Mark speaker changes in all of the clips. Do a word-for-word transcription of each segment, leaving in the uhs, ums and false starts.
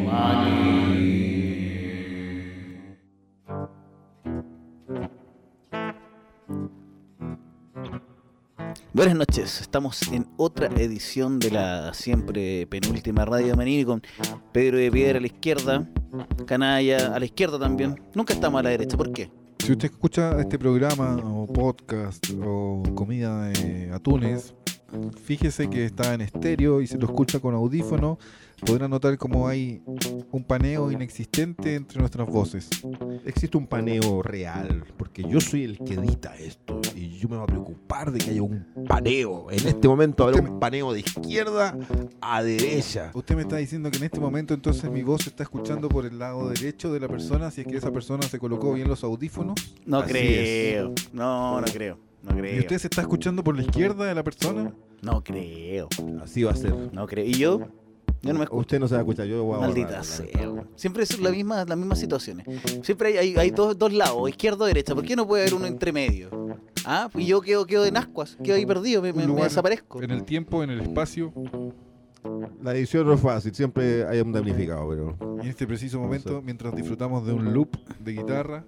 Speaker 1: Buenas noches, estamos en otra edición de la siempre penúltima Radio de Manini con Pedro de Piedra a la izquierda, Canalla a la izquierda también. Nunca estamos a la derecha, ¿por qué?
Speaker 2: Si usted escucha este programa o podcast o comida de atunes, fíjese que está en estéreo y se lo escucha con audífono, podrá notar como hay un paneo inexistente entre nuestras voces.
Speaker 3: Existe un paneo real, porque yo soy el que edita esto y yo me voy a preocupar de que haya un paneo. En este momento habrá un paneo de izquierda a derecha.
Speaker 2: Usted me está diciendo que en este momento entonces mi voz se está escuchando por el lado derecho de la persona, si es que esa persona se colocó bien los audífonos.
Speaker 1: No
Speaker 3: Así
Speaker 1: creo, no, no creo, no creo.
Speaker 2: ¿Y usted se está escuchando por la izquierda de la persona?
Speaker 1: No creo,
Speaker 3: Así va a ser.
Speaker 1: no creo. ¿Y yo? Yo no me escucho.
Speaker 3: Usted no se va a escuchar, yo voy a
Speaker 1: Maldita
Speaker 3: borrar,
Speaker 1: sea. Siempre es la misma, las mismas situaciones. Siempre hay, hay, hay dos, dos lados, izquierda o derecha. ¿Por qué no puede haber uno entre medio? Ah, y yo quedo, quedo en ascuas, quedo ahí perdido, me, me, me desaparezco.
Speaker 2: En el tiempo, en el espacio,
Speaker 3: La edición no es fácil, siempre hay un damnificado, pero...
Speaker 2: y en este preciso momento,
Speaker 3: No sé.
Speaker 2: mientras disfrutamos de un loop de guitarra,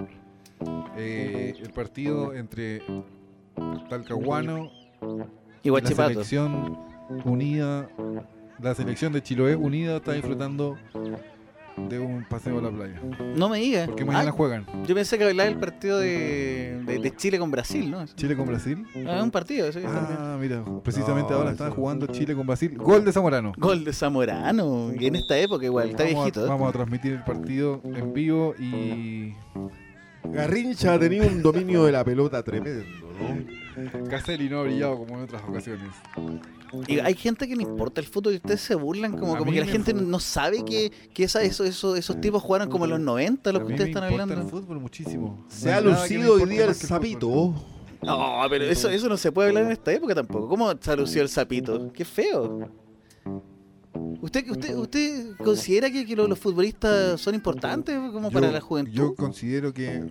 Speaker 2: eh, el partido entre Talcahuano
Speaker 1: Y
Speaker 2: la
Speaker 1: Huachipato.
Speaker 2: selección unida, la selección de Chiloé unida está disfrutando de un paseo a la playa.
Speaker 1: No me digas.
Speaker 2: Porque mañana
Speaker 1: Ah,
Speaker 2: juegan
Speaker 1: yo pensé que hablaba del partido de, de, de Chile con Brasil, ¿no?
Speaker 2: Chile con Brasil.
Speaker 1: Ah, es un partido, eso que también.
Speaker 2: Ah, mira, precisamente
Speaker 3: No,
Speaker 2: ahora
Speaker 3: eso-
Speaker 2: está jugando Chile con Brasil. Gol de Zamorano.
Speaker 1: Gol de Zamorano. Y en esta época igual, está
Speaker 2: Vamos a-
Speaker 1: viejito. ¿eh?
Speaker 2: Vamos a transmitir el partido en vivo y
Speaker 3: Garrincha ha tenido un dominio de la pelota tremendo, ¿no?
Speaker 2: Caselli no ha brillado como en otras ocasiones.
Speaker 1: Y hay gente que no importa el fútbol y ustedes se burlan como,
Speaker 2: A
Speaker 1: como
Speaker 2: mí
Speaker 1: que la
Speaker 2: me
Speaker 1: gente
Speaker 2: fu-
Speaker 1: no sabe que, que esa, eso, eso, esos tipos jugaron como en los noventa, los
Speaker 2: A
Speaker 1: que
Speaker 2: mí
Speaker 1: ustedes
Speaker 2: me
Speaker 1: están
Speaker 2: importa
Speaker 1: hablando.
Speaker 2: el fútbol muchísimo.
Speaker 3: Se
Speaker 2: No
Speaker 3: ha
Speaker 2: hay nada que me
Speaker 3: lucido hoy
Speaker 2: importe
Speaker 3: día el
Speaker 2: más que fútbol.
Speaker 3: sapito.
Speaker 1: No, pero eso, eso no se puede hablar en esta época tampoco. ¿Cómo se lució el sapito? Qué feo. ¿Usted, usted, usted considera que, que los, los futbolistas son importantes como para
Speaker 2: Yo-
Speaker 1: la juventud?
Speaker 2: Yo considero que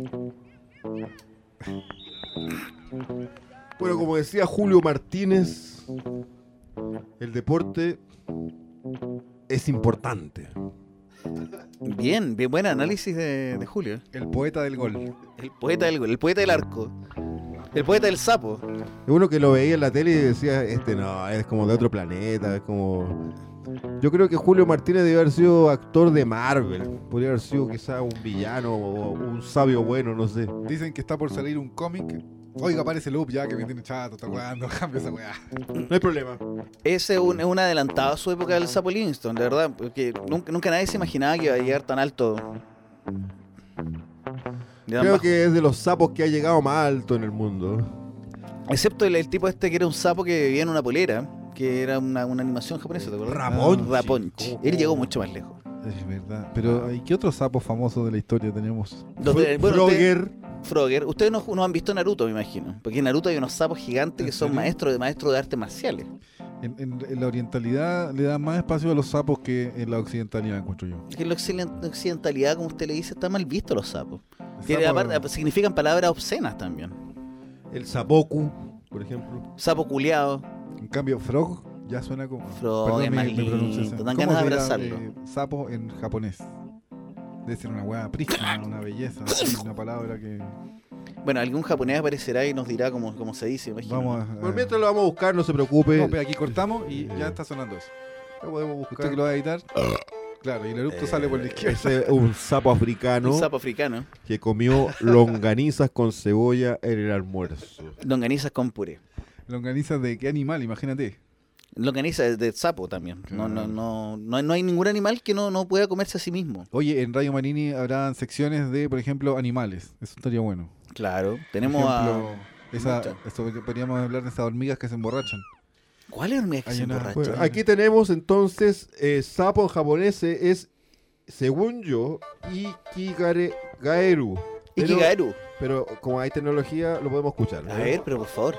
Speaker 3: Bueno, como decía Julio Martínez, el deporte es importante.
Speaker 1: Bien, bien buen análisis de, de Julio.
Speaker 2: el poeta del gol.
Speaker 1: El poeta del gol, el poeta del arco, el poeta del sapo.
Speaker 3: Es uno que lo veía en la tele y decía, este no, es como de otro planeta, es como... Yo creo que Julio Martínez debe haber sido actor de Marvel. Podría haber sido quizá un villano o un sabio bueno, no sé.
Speaker 2: Dicen que está por salir un cómic. Oiga, aparece Loop ya que me tiene chato, está jugando, cambia esa weá.
Speaker 3: No hay problema.
Speaker 1: Ese es un, es un adelantado a su época del sapo Livingston, de verdad, porque nunca, nunca nadie se imaginaba que iba a llegar tan alto. De tan
Speaker 3: Creo
Speaker 1: bajo.
Speaker 3: que es de los sapos que ha llegado más alto en el mundo.
Speaker 1: Excepto el, el tipo este que era un sapo que vivía en una polera, que era una, una animación japonesa, ¿te acuerdas?
Speaker 3: Raponchi.
Speaker 1: Raponchi. Él llegó mucho más lejos.
Speaker 2: Es verdad. Pero, ¿y qué otros sapos famosos de la historia tenemos?
Speaker 1: Los de-
Speaker 3: Fro-
Speaker 1: bueno, ustedes-
Speaker 3: Frogger.
Speaker 1: Frogger. Ustedes no, no han visto Naruto, me imagino. Porque en Naruto hay unos sapos gigantes que
Speaker 2: ¿En
Speaker 1: son
Speaker 2: serio?
Speaker 1: maestros de maestros de artes marciales.
Speaker 2: En, en- en la orientalidad le da más espacio a los sapos que en la occidentalidad, encuentro yo.
Speaker 1: Es que en la occiden- occidentalidad, como usted le dice, está mal visto los sapos.
Speaker 2: El
Speaker 1: Tiene-
Speaker 2: sapo-
Speaker 1: aparte, significan palabras obscenas también.
Speaker 3: El sapoku, por ejemplo.
Speaker 1: Sapo culiado.
Speaker 2: En cambio, frog ya suena como...
Speaker 1: Frog
Speaker 2: Perdón
Speaker 1: es
Speaker 2: mi-
Speaker 1: más
Speaker 2: mi
Speaker 1: lindo,
Speaker 2: pronunciación.
Speaker 1: dan
Speaker 2: ¿Cómo
Speaker 1: ganas de
Speaker 2: se dirá,
Speaker 1: abrazarlo.
Speaker 2: eh, sapo en japonés. Debe ser una hueá prístina, una belleza, una palabra que...
Speaker 1: Bueno, algún japonés aparecerá y nos dirá cómo, cómo se dice, imagino.
Speaker 2: Vamos a...
Speaker 3: Por mientras lo vamos a buscar, no se preocupe.
Speaker 2: No, pero aquí cortamos y ya está sonando eso.
Speaker 3: Lo podemos
Speaker 2: Usted
Speaker 3: buscar.
Speaker 2: que lo va a editar. Claro, y el erupto
Speaker 3: Eh,
Speaker 2: sale por la izquierda.
Speaker 3: Ese es un sapo africano
Speaker 1: Un sapo africano.
Speaker 3: que comió longanizas con cebolla en el almuerzo.
Speaker 1: Longanizas con puré.
Speaker 2: Longaniza de qué animal, imagínate.
Speaker 1: Longaniza es de sapo también. No, no, no, no, hay- no hay ningún animal que no, no pueda comerse a sí mismo.
Speaker 2: Oye, en Radio Manini habrán secciones de, por ejemplo, animales. Eso estaría bueno.
Speaker 1: Claro.
Speaker 2: Por
Speaker 1: Tenemos
Speaker 2: ejemplo,
Speaker 1: a...
Speaker 2: esa,
Speaker 1: muchas.
Speaker 2: esto, podríamos hablar de esas hormigas que se emborrachan.
Speaker 1: ¿Cuáles hormigas que
Speaker 2: Hay
Speaker 1: se
Speaker 2: una-
Speaker 1: emborrachan?
Speaker 3: Bueno, aquí tenemos entonces eh, sapo en japonés es, según yo, Ikigare Gaeru. Pero-
Speaker 1: Ikigaeru.
Speaker 3: Pero como hay tecnología, lo podemos escuchar. ¿no?
Speaker 1: A ver, pero por favor.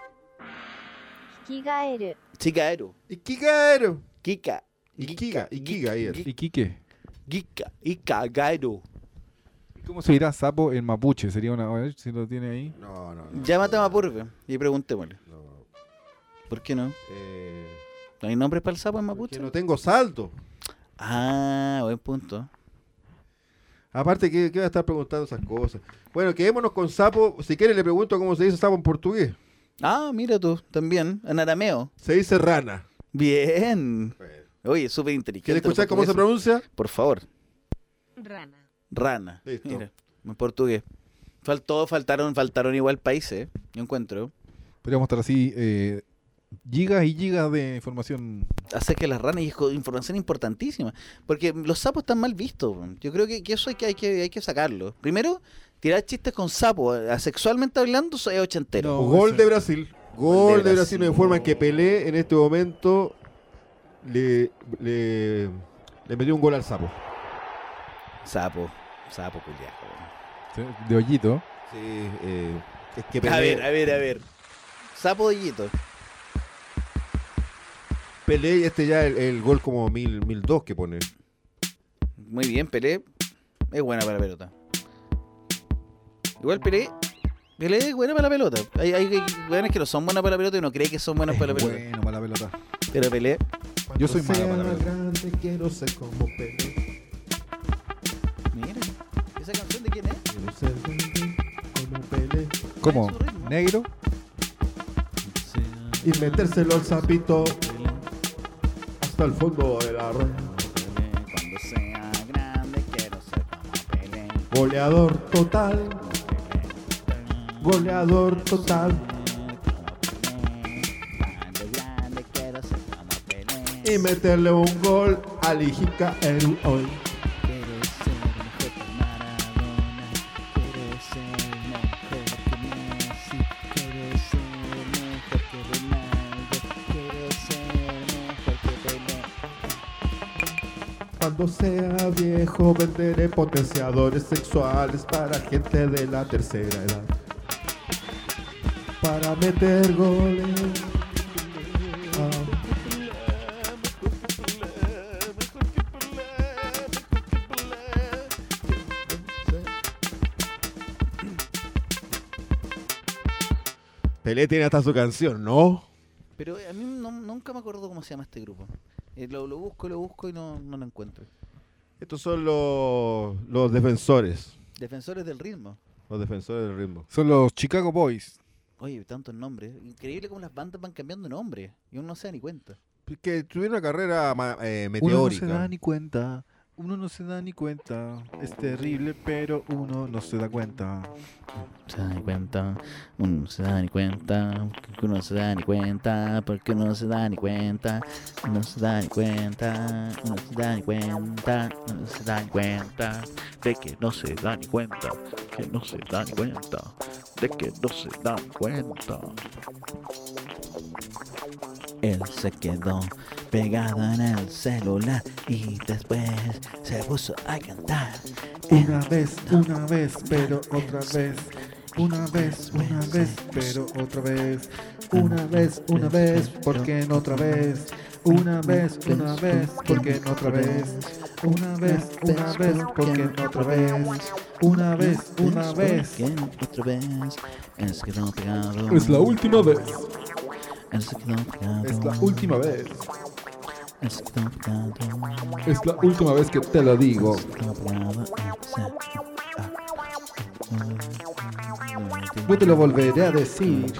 Speaker 4: 着替える
Speaker 1: Chikaeru.
Speaker 3: Ikigaeru.
Speaker 1: Kika.
Speaker 3: Ikiga, Ikiga, ahí es.
Speaker 1: Gi-
Speaker 2: ¿Iquique?
Speaker 1: Gika. Ikagaeru.
Speaker 2: ¿Cómo se dirá sapo en mapuche? Sería una... A ver si lo tiene ahí.
Speaker 3: No, no, no.
Speaker 1: Llámate a Mapurbe y preguntémosle.
Speaker 3: No,
Speaker 1: ¿Por qué no?
Speaker 3: eh,
Speaker 1: ¿No hay nombres para el sapo en
Speaker 3: porque
Speaker 1: mapuche?
Speaker 3: no tengo salto.
Speaker 1: Ah, buen punto.
Speaker 3: Aparte, ¿qué, qué va a estar preguntando esas cosas? Bueno, quedémonos con sapo. Si quiere le pregunto cómo se dice sapo en portugués.
Speaker 1: Ah, mira tú, también, en arameo.
Speaker 3: Se dice rana.
Speaker 1: Bien. Oye, súper inteligente.
Speaker 3: ¿Quieres escuchar cómo se pronuncia?
Speaker 1: Por favor.
Speaker 4: Rana.
Speaker 1: Rana.
Speaker 3: Listo.
Speaker 1: Mira, en portugués. Faltó, faltaron, faltaron igual países, yo encuentro.
Speaker 2: Podríamos estar así, eh, gigas y gigas de información.
Speaker 1: Hace que las ranas, y es co- información importantísima. Porque los sapos están mal vistos. Yo creo que, que eso hay que, hay, que, hay que sacarlo. Primero, tirar chistes con sapos, asexualmente hablando, es ochentero.
Speaker 2: No.
Speaker 3: Gol
Speaker 2: ese-
Speaker 3: de Brasil. Gol
Speaker 1: Gol de
Speaker 3: de Brasil.
Speaker 1: Brasil.
Speaker 3: De forma en que Pelé en este momento le, le, le metió un gol al sapo.
Speaker 1: Sapo, sapo culiaco.
Speaker 2: Sí, de hoyito.
Speaker 3: Sí, eh, es que Pelé,
Speaker 1: A ver, a ver, a ver. Sapo de hillito.
Speaker 3: Pelé y este ya el, el gol como mil, mil dos que pone.
Speaker 1: Muy bien, Pelé. Es buena para la pelota. Igual Pelé. Pelé es buena para la pelota. Hay, hay, hay weones que no son buenas para la pelota y uno cree que son buenas para la pelota.
Speaker 2: Bueno, para la pelota.
Speaker 1: Pero Pelé.
Speaker 2: Yo soy malo para la pelota.
Speaker 3: grande, quiero ser como Pelé.
Speaker 1: Mira. ¿Esa canción de quién es?
Speaker 3: Quiero ser grande como Pelé.
Speaker 2: ¿Cómo?
Speaker 1: Su ritmo.
Speaker 2: ¿Negro?
Speaker 3: Y metérselo al sapito hasta el fondo de la red.
Speaker 1: Cuando sea grande quiero ser como Pelé.
Speaker 3: Goleador total, goleador total.
Speaker 1: Grande, grande quiero ser como Pelé.
Speaker 3: Y meterle un gol al Ijica el hoy.
Speaker 1: Quiero ser mejor que Maradona. Quiero ser mejor que Messi. Quiero ser mejor que Ronaldo. Quiero ser mejor que Pelé.
Speaker 3: Cuando sea viejo venderé potenciadores sexuales para gente de la tercera edad. Para meter goles. Ah. Pelé tiene hasta su canción, ¿no?
Speaker 1: Pero a mí no- nunca me acuerdo cómo se llama este grupo. Eh, lo, lo busco, lo busco y no, no lo encuentro.
Speaker 3: Estos son los, los defensores.
Speaker 1: Defensores del ritmo.
Speaker 3: Los defensores del ritmo.
Speaker 2: Son los Chicago Boys.
Speaker 1: Oye, tantos nombres. Increíble cómo las bandas van cambiando de nombre. Y uno no se da ni cuenta.
Speaker 3: Que tuvieron una carrera ma- eh,
Speaker 2: Uno no
Speaker 3: meteórica.
Speaker 2: se da ni cuenta. Uno no se da ni cuenta. Es terrible, pero uno no se da cuenta.
Speaker 1: Se da ni cuenta, uno no se da ni cuenta, porque uno no se da ni cuenta, porque uno no se da ni cuenta, uno no se da ni cuenta, uno no se da ni cuenta, uno no se da ni cuenta, de que no se da ni cuenta, que no se da ni cuenta, de que no se da ni cuenta. Él se quedó pegado en el celular y después se puso a cantar.
Speaker 2: Una vez, una vez, pero otra vez. Una vez, una vez, pero otra vez. Una vez, una vez, ¿por qué no otra vez? Una vez, una vez, ¿por qué no otra vez? Una vez, una vez, ¿por qué no otra vez? Una vez, una vez.
Speaker 1: ¿Por qué no otra vez? Él se quedó pegado.
Speaker 2: Es la última vez.
Speaker 1: Él se quedó pegado.
Speaker 2: Es la última vez.
Speaker 1: Él se quedó pegado.
Speaker 2: Es la última vez que te lo digo.
Speaker 1: Se quedó pegado.
Speaker 2: Yo te lo volveré a decir.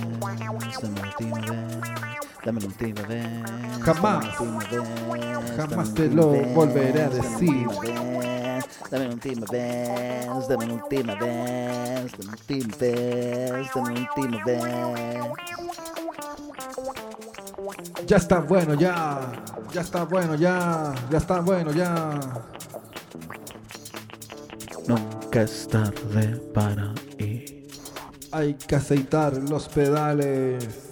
Speaker 1: Dame la última vez.
Speaker 2: Jamás. Jamás te lo volveré a decir.
Speaker 1: Dame la última vez, dame la última vez, dame la última vez, dame la última vez.
Speaker 2: Ya está bueno, ya. Ya está bueno, ya. Ya está bueno, ya.
Speaker 1: Nunca es tarde para ir.
Speaker 2: Hay que aceitar los pedales.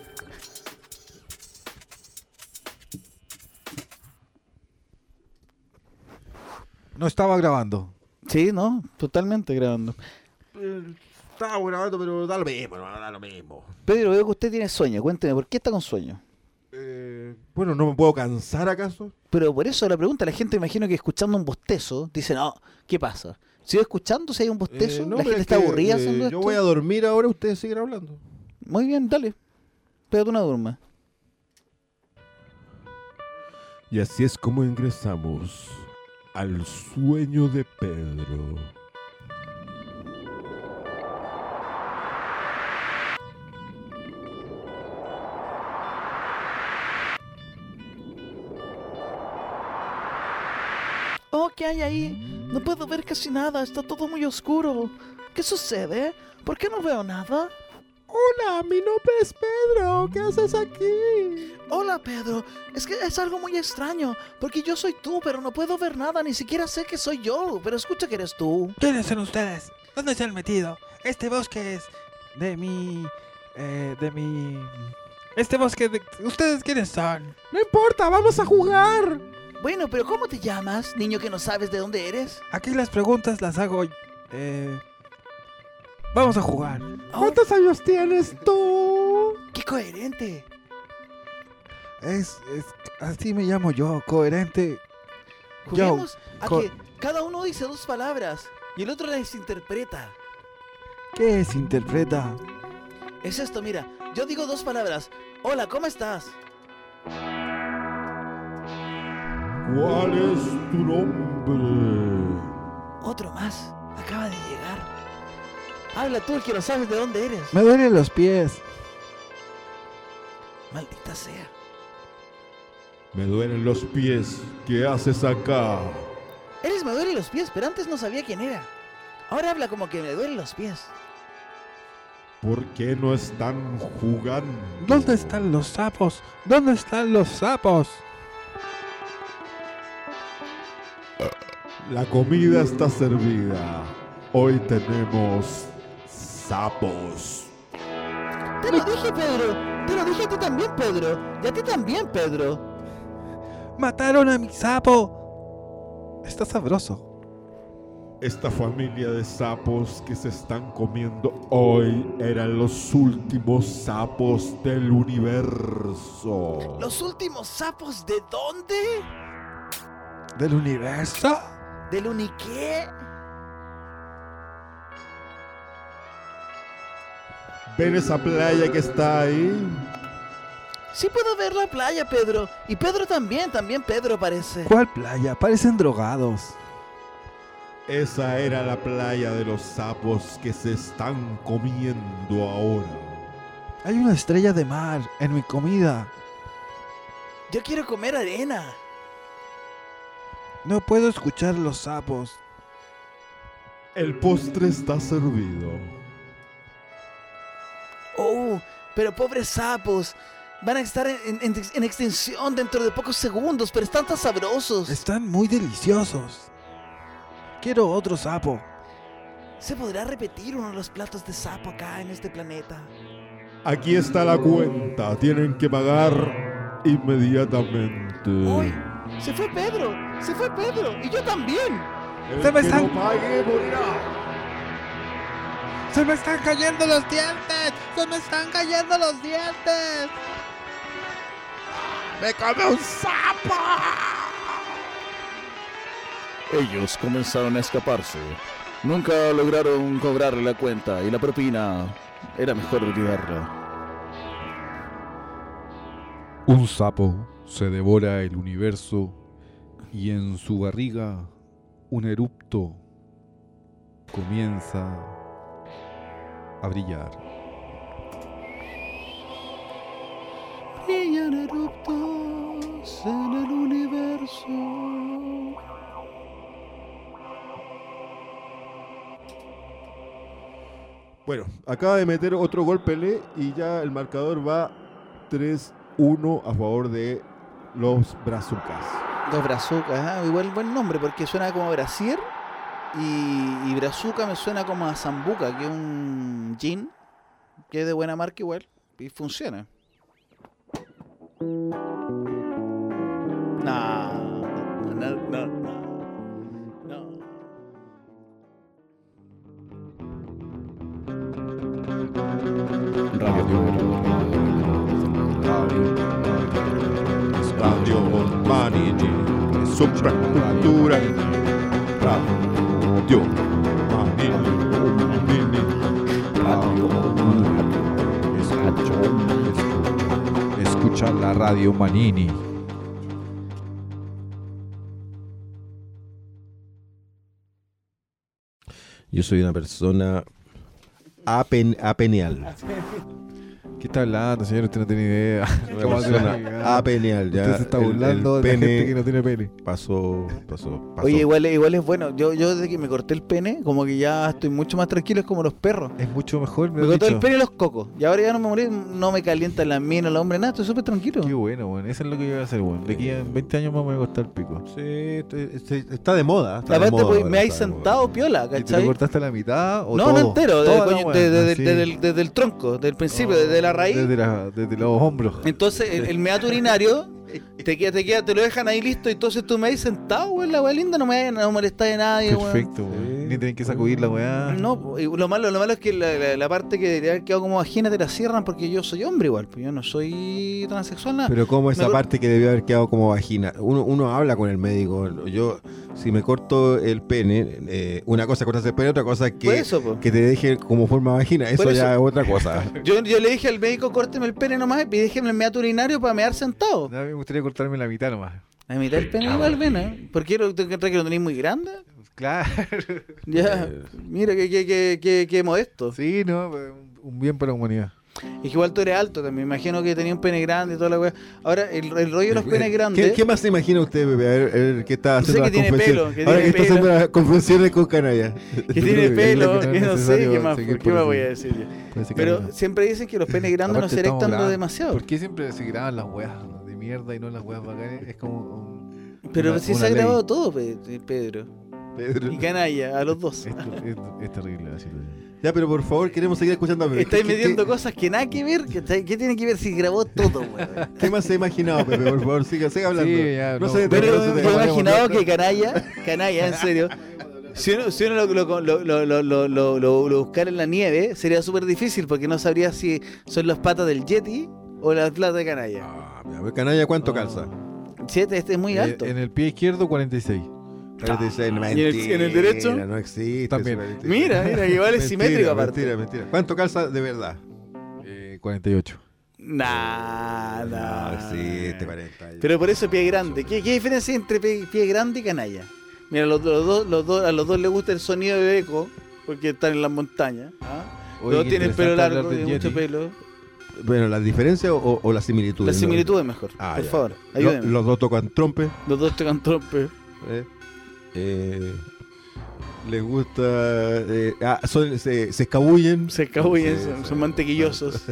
Speaker 2: No estaba grabando.
Speaker 1: Sí, no, totalmente grabando.
Speaker 3: Estaba grabando, pero da lo mismo, no, da lo mismo.
Speaker 1: Pedro, veo que usted tiene sueño. Cuénteme, ¿por qué está con sueño?
Speaker 3: Eh, bueno, ¿no me puedo cansar acaso?
Speaker 1: Pero por eso la pregunta, la gente imagino que escuchando un bostezo, dice, no, ¿qué pasa? ¿Sigo escuchando si hay un bostezo?
Speaker 3: Eh, no,
Speaker 1: ¿La
Speaker 3: pero
Speaker 1: gente
Speaker 3: es
Speaker 1: está
Speaker 3: que,
Speaker 1: aburrida
Speaker 3: eh,
Speaker 1: haciendo
Speaker 3: Yo
Speaker 1: esto?
Speaker 3: voy a dormir ahora, ustedes siguen hablando.
Speaker 1: Muy bien, dale. Pégate una durma.
Speaker 3: Y así es como ingresamos al sueño de Pedro.
Speaker 1: Oh, ¿qué hay ahí? No puedo ver casi nada, está todo muy oscuro. ¿Qué sucede? ¿Por qué no veo nada?
Speaker 3: Hola, mi nombre es Pedro. ¿Qué haces aquí?
Speaker 1: Hola, Pedro. Es que es algo muy extraño, porque yo soy tú, pero no puedo ver nada, ni siquiera sé que soy yo, pero escucha que eres tú.
Speaker 4: ¿Quiénes son ustedes? ¿Dónde se han metido? Este bosque es de mi... Eh, de mi... Este bosque de... ¿Ustedes quiénes son?
Speaker 3: No importa, vamos a jugar.
Speaker 1: Bueno, pero ¿cómo te llamas, niño que no sabes de dónde eres?
Speaker 4: Aquí las preguntas las hago... Eh... Vamos a jugar.
Speaker 1: Oh,
Speaker 3: ¿Cuántos años tienes tú?
Speaker 1: ¡qué coherente!
Speaker 4: Es... es así me llamo yo, coherente. Yo,
Speaker 1: Juguemos a
Speaker 4: co-
Speaker 1: que cada uno dice dos palabras y el otro las interpreta.
Speaker 4: ¿Qué es interpreta?
Speaker 1: Es esto, mira, yo digo dos palabras. Hola, ¿cómo estás?
Speaker 3: ¿Cuál es tu nombre?
Speaker 1: Otro más, acaba de llegar. Habla tú, el que no sabes de dónde eres.
Speaker 4: Me duelen los pies.
Speaker 1: Maldita sea.
Speaker 3: Me duelen los pies. ¿Qué haces acá?
Speaker 1: Eres me duelen los pies, pero antes no sabía quién era. Ahora habla como que me duelen los pies.
Speaker 3: ¿Por qué no están jugando?
Speaker 4: ¿Dónde están los sapos? ¿Dónde están los sapos?
Speaker 3: La comida está servida. Hoy tenemos sapos.
Speaker 1: Te lo dije, Pedro. Te lo dije a ti también, Pedro. Y a ti también, Pedro.
Speaker 4: ¡Mataron a mi sapo! Está sabroso.
Speaker 3: Esta familia de sapos que se están comiendo hoy eran los últimos sapos del universo.
Speaker 1: ¿Los últimos sapos de dónde?
Speaker 4: ¿Del universo?
Speaker 1: ¿Del uniqué?
Speaker 3: ¿Ven esa playa que está ahí?
Speaker 1: Sí puedo ver la playa, Pedro. Y Pedro también, también Pedro parece.
Speaker 4: ¿Cuál playa? Parecen drogados.
Speaker 3: Esa era la playa de los sapos que se están comiendo ahora.
Speaker 4: Hay una estrella de mar en mi comida.
Speaker 1: Yo quiero comer arena.
Speaker 4: No puedo escuchar los sapos.
Speaker 3: El postre está servido.
Speaker 1: Oh, pero pobres sapos. Van a estar en, en- en extinción dentro de pocos segundos, pero están tan sabrosos.
Speaker 4: Están muy deliciosos. Quiero otro sapo.
Speaker 1: ¿Se podrá repetir uno de los platos de sapo acá en este planeta?
Speaker 3: Aquí está la cuenta. Tienen que pagar inmediatamente.
Speaker 1: ¡Uy! ¡Se fue Pedro! ¡Se fue Pedro! ¡Y yo también!
Speaker 3: El
Speaker 4: Se me
Speaker 3: que
Speaker 4: están-
Speaker 3: no pague morirá.
Speaker 4: ¡Se me están cayendo los dientes! ¡Se me están cayendo los dientes!
Speaker 3: ¡Me come un sapo!
Speaker 5: Ellos comenzaron a escaparse. Nunca lograron cobrarle la cuenta y la propina era mejor olvidarla.
Speaker 2: Un sapo se devora el universo y en su barriga un erupto comienza a brillar.
Speaker 1: Brillan eruptos en el universo.
Speaker 3: Bueno, acaba de meter otro gol Pelé y ya el marcador va tres uno a favor de los brazucas.
Speaker 1: Los brazucas, ah, igual buen nombre porque suena como brasier y, y brazuca me suena como a zambuca, que es un gin que es de buena marca igual y funciona. No, no, no, no, no.
Speaker 3: Radio Manini, Supracultura. Radio Manini.
Speaker 2: Escucha la radio Manini.
Speaker 3: Yo soy una persona apen, apenial.
Speaker 2: ¿Qué está hablando, señor? Usted no tiene idea.
Speaker 3: Una
Speaker 2: ¿Cómo hace la
Speaker 3: persona
Speaker 2: cagada?
Speaker 3: apenial. Ya
Speaker 2: Usted se está
Speaker 3: el-
Speaker 2: burlando
Speaker 3: el
Speaker 2: de la
Speaker 3: pene
Speaker 2: gente que no tiene pene.
Speaker 3: Pasó, pasó, pasó.
Speaker 1: Oye, igual, igual es bueno. Yo, yo desde que me corté el pene, como que ya estoy mucho más tranquilo, es como los perros.
Speaker 2: Es mucho mejor, me
Speaker 1: Me
Speaker 2: has
Speaker 1: corté el
Speaker 2: dicho.
Speaker 1: pene y los cocos. Y ahora ya no me morí, no me calientan las minas, los hombres, nada, estoy súper tranquilo.
Speaker 2: Qué bueno, weón. Eso es lo que yo voy a hacer, weón. De aquí a veinte años más me voy a cortar el pico.
Speaker 3: Sí, este- este- está de moda. Está de
Speaker 1: Aparte,
Speaker 3: moda
Speaker 1: pues,
Speaker 3: ahora,
Speaker 1: me hay
Speaker 3: está de moda.
Speaker 1: sentado piola,
Speaker 2: ¿Y te lo
Speaker 1: ¿cachai?
Speaker 2: cortaste a la mitad o
Speaker 1: No,
Speaker 2: todo?
Speaker 1: no entero,
Speaker 2: Toda
Speaker 1: de-
Speaker 2: la
Speaker 1: coño,
Speaker 2: weá,
Speaker 1: de- de-
Speaker 2: así.
Speaker 1: desde el- desde el tronco, del principio,
Speaker 2: Oh,
Speaker 1: desde la raíz.
Speaker 2: Desde, la- desde los hombros.
Speaker 1: Entonces, el, el meato urinario, te queda, te queda, te lo dejan ahí listo, entonces tú me has sentado, güey, la weá linda, no me no molesta de nadie, weón.
Speaker 2: Perfecto, weón. Ni tienen que sacudir la weá.
Speaker 1: No, y lo malo, lo malo es que la, la- la parte que debería haber quedado como vagina te la cierran porque yo soy hombre igual, pues yo no soy transexual, nada.
Speaker 3: Pero como esa
Speaker 1: Me-
Speaker 3: parte que debió haber quedado como vagina. Uno, uno habla con el médico. Yo, si me corto el pene, eh, una cosa es cortarse el pene, otra cosa es
Speaker 1: Por
Speaker 3: que,
Speaker 1: eso, pues.
Speaker 3: que te deje como forma vagina. Eso,
Speaker 1: Por eso.
Speaker 3: ya es otra cosa.
Speaker 1: Yo, yo le dije al médico, córteme el pene nomás y déjeme el meato urinario para mear sentado.
Speaker 2: A mí me gustaría cortarme la mitad nomás.
Speaker 1: A mitad del pene igual, ven, ¿eh? ¿Por qué lo, te crees que lo tenéis muy grande?
Speaker 2: Claro.
Speaker 1: Ya,
Speaker 3: Eh.
Speaker 1: mira, qué, qué, qué, qué, qué modesto.
Speaker 2: Sí, no, pero un- un bien para la humanidad.
Speaker 1: Es que igual tú eres alto también, me imagino que tenía un pene grande y toda la weá. Ahora, el, el rollo de los penes grandes...
Speaker 3: ¿Qué, qué más se imagina usted, Pepe? A ver, a ver, ¿qué está
Speaker 1: No sé,
Speaker 3: haciendo
Speaker 1: que
Speaker 3: las
Speaker 1: tiene
Speaker 3: confesiones?
Speaker 1: pelo, que
Speaker 3: Ahora
Speaker 1: tiene
Speaker 3: que está
Speaker 1: pelo.
Speaker 3: haciendo las confesiones con canalla.
Speaker 1: Que tiene
Speaker 2: Es
Speaker 1: pelo,
Speaker 2: lo que no
Speaker 1: que
Speaker 2: es
Speaker 1: no sé,
Speaker 2: necesario
Speaker 1: ¿qué más,
Speaker 2: seguir
Speaker 1: ¿qué
Speaker 2: por
Speaker 1: más
Speaker 2: ese-
Speaker 1: voy a decir yo?
Speaker 2: por ese
Speaker 1: Pero
Speaker 2: camino.
Speaker 1: siempre dicen que los penes grandes
Speaker 2: Aparte
Speaker 1: no se
Speaker 2: estamos
Speaker 1: erectan lo
Speaker 2: grabando.
Speaker 1: demasiado.
Speaker 2: ¿Por qué siempre se graban las weas de mierda y no las weas bacanes? Es como un-
Speaker 1: Pero
Speaker 2: una-
Speaker 1: sí
Speaker 2: una
Speaker 1: se ha
Speaker 2: ley.
Speaker 1: grabado todo, Pe- Pedro.
Speaker 3: Pedro.
Speaker 1: Y Canalla, a los dos.
Speaker 2: Es, es- es terrible la situación.
Speaker 3: Ya, pero por favor, queremos seguir escuchando a Pepe.
Speaker 1: Estáis
Speaker 3: ¿Qué- qué-
Speaker 1: metiendo
Speaker 3: qué-
Speaker 1: cosas que nada que ver. Que está- ¿Qué tiene que ver si grabó todo, weón?
Speaker 3: ¿Qué más se ha imaginado, Pepe? Por favor, siga, siga hablando.
Speaker 2: Sí, ya,
Speaker 3: no,
Speaker 2: no,
Speaker 3: se
Speaker 1: Pero
Speaker 3: detenga,
Speaker 1: yo
Speaker 3: no se
Speaker 1: me he
Speaker 3: detenga.
Speaker 1: imaginado que Canalla, Canalla, en serio, si uno, si uno lo, lo, lo, lo, lo, lo, lo, lo- lo buscara en la nieve, sería súper difícil porque no sabría si son las patas del Yeti o las patas de Canalla.
Speaker 3: Ah, a ver, canalla, ¿cuánto
Speaker 2: Ah.
Speaker 3: calza?
Speaker 1: Siete, este es muy
Speaker 2: Eh,
Speaker 1: alto.
Speaker 2: En el pie izquierdo, cuarenta y seis.
Speaker 3: cuarenta y seis,
Speaker 1: ¿Y en el-
Speaker 3: mentira,
Speaker 1: en el derecho?
Speaker 3: No existe.
Speaker 2: También.
Speaker 3: eso, mentira.
Speaker 1: Mira, mira, que igual es
Speaker 3: Mentira,
Speaker 1: simétrico aparte.
Speaker 3: Mentira, mentira. ¿Cuánto calza de verdad?
Speaker 2: Eh, cuarenta y ocho.
Speaker 1: Nah,
Speaker 3: No
Speaker 1: nah.
Speaker 3: existe cuarenta.
Speaker 1: Pero por eso pie grande. ¿Qué, qué diferencia hay entre pie, pie grande y canalla? Mira, los, los dos, los dos, a los dos les gusta el sonido de eco porque están en las montañas. ¿ah?
Speaker 2: Oye,
Speaker 1: Los dos
Speaker 2: qué
Speaker 1: tienen pelo
Speaker 2: interesante
Speaker 1: largo,
Speaker 2: hablar del
Speaker 1: tienen mucho
Speaker 2: Yeti.
Speaker 1: pelo.
Speaker 3: Bueno, ¿la diferencia o, o la similitud?
Speaker 1: La similitud es mejor.
Speaker 3: Ah,
Speaker 1: por
Speaker 3: ya.
Speaker 1: favor,
Speaker 3: Lo-
Speaker 1: ayúdenme.
Speaker 3: los dos tocan trompe.
Speaker 1: Los dos tocan trompe.
Speaker 3: ¿eh? Eh, les gusta. eh, ah, son- se, se escabullen.
Speaker 1: Se escabullen,
Speaker 3: Sí,
Speaker 1: son,
Speaker 3: sí.
Speaker 1: son mantequillosos.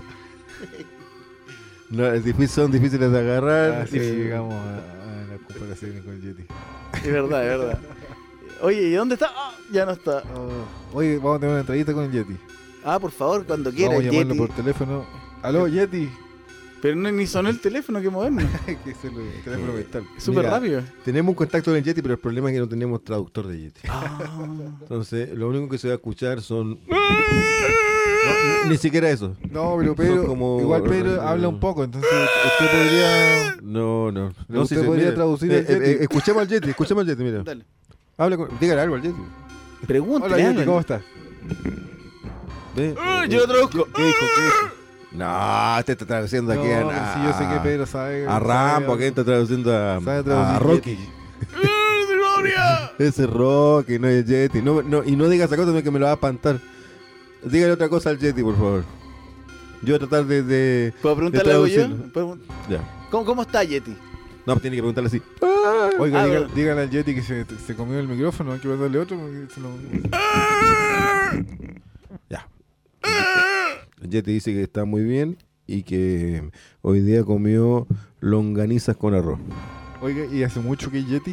Speaker 3: No, es difícil, son difíciles de agarrar.
Speaker 2: Así
Speaker 3: eh,
Speaker 2: llegamos a, a las comparaciones con el Yeti.
Speaker 1: Es verdad, es verdad. Oye, ¿y dónde está? Ah, ya no está.
Speaker 2: Oh, oye, vamos a tener una entrevista con el Yeti.
Speaker 1: Ah, por favor, cuando quiera,
Speaker 2: Vamos a llamarlo
Speaker 1: Yeti.
Speaker 2: por teléfono. Aló, Yeti.
Speaker 1: Pero no, ni sonó el teléfono, que moderno.
Speaker 2: que es el teléfono mental.
Speaker 1: Súper
Speaker 3: Mira.
Speaker 1: rápido.
Speaker 3: Tenemos un contacto con el Yeti, pero el problema es que no tenemos traductor de Yeti.
Speaker 1: Ah.
Speaker 3: Entonces, lo único que se va a escuchar son. No, ni, ni siquiera eso.
Speaker 2: No, pero
Speaker 3: Son
Speaker 2: Pedro,
Speaker 3: como-
Speaker 2: igual Pedro habla un poco, entonces usted podría...
Speaker 3: No, no.
Speaker 2: Pero
Speaker 3: no
Speaker 2: usted podría
Speaker 3: mire,
Speaker 2: traducir
Speaker 3: eh,
Speaker 2: al
Speaker 3: eh,
Speaker 2: Yeti.
Speaker 3: eh, escuchemos al Yeti, escuchemos al Yeti, mira.
Speaker 1: Dale.
Speaker 3: Habla con, dígale algo al Yeti.
Speaker 1: Pregúntale.
Speaker 2: Hola Yeti,
Speaker 1: Alan.
Speaker 2: ¿cómo estás?
Speaker 3: Ve,
Speaker 1: Ah,
Speaker 3: eh,
Speaker 1: yo lo traduzco.
Speaker 3: ¿Qué, qué dijo? ¿Qué dijo? No, te está traduciendo aquí
Speaker 2: No,
Speaker 3: a,
Speaker 2: pero si yo sé que Pedro sabe...
Speaker 3: a Rambo, aquí está traduciendo a,
Speaker 2: sabe traducir
Speaker 3: a Rocky.
Speaker 2: Yeti.
Speaker 3: Ese Rocky, no es Yeti. No, no, y no diga esa cosa que me lo va a espantar. Dígale otra cosa al Yeti, por favor. Yo voy a tratar de... de
Speaker 1: ¿Puedo preguntarle algo yo?
Speaker 3: traducirlo.
Speaker 1: ¿Puedo-
Speaker 3: ya.
Speaker 1: ¿Cómo, ¿Cómo está Yeti?
Speaker 3: No, tiene que preguntarle así.
Speaker 2: Oiga,
Speaker 1: Ah,
Speaker 2: diga-
Speaker 1: bueno.
Speaker 2: dígale al Yeti que se, se comió el micrófono, hay que darle otro porque se lo...
Speaker 3: Ya. El Yeti dice que está muy bien y que hoy día comió longanizas con arroz.
Speaker 2: Oiga, ¿y hace mucho que hay Yeti?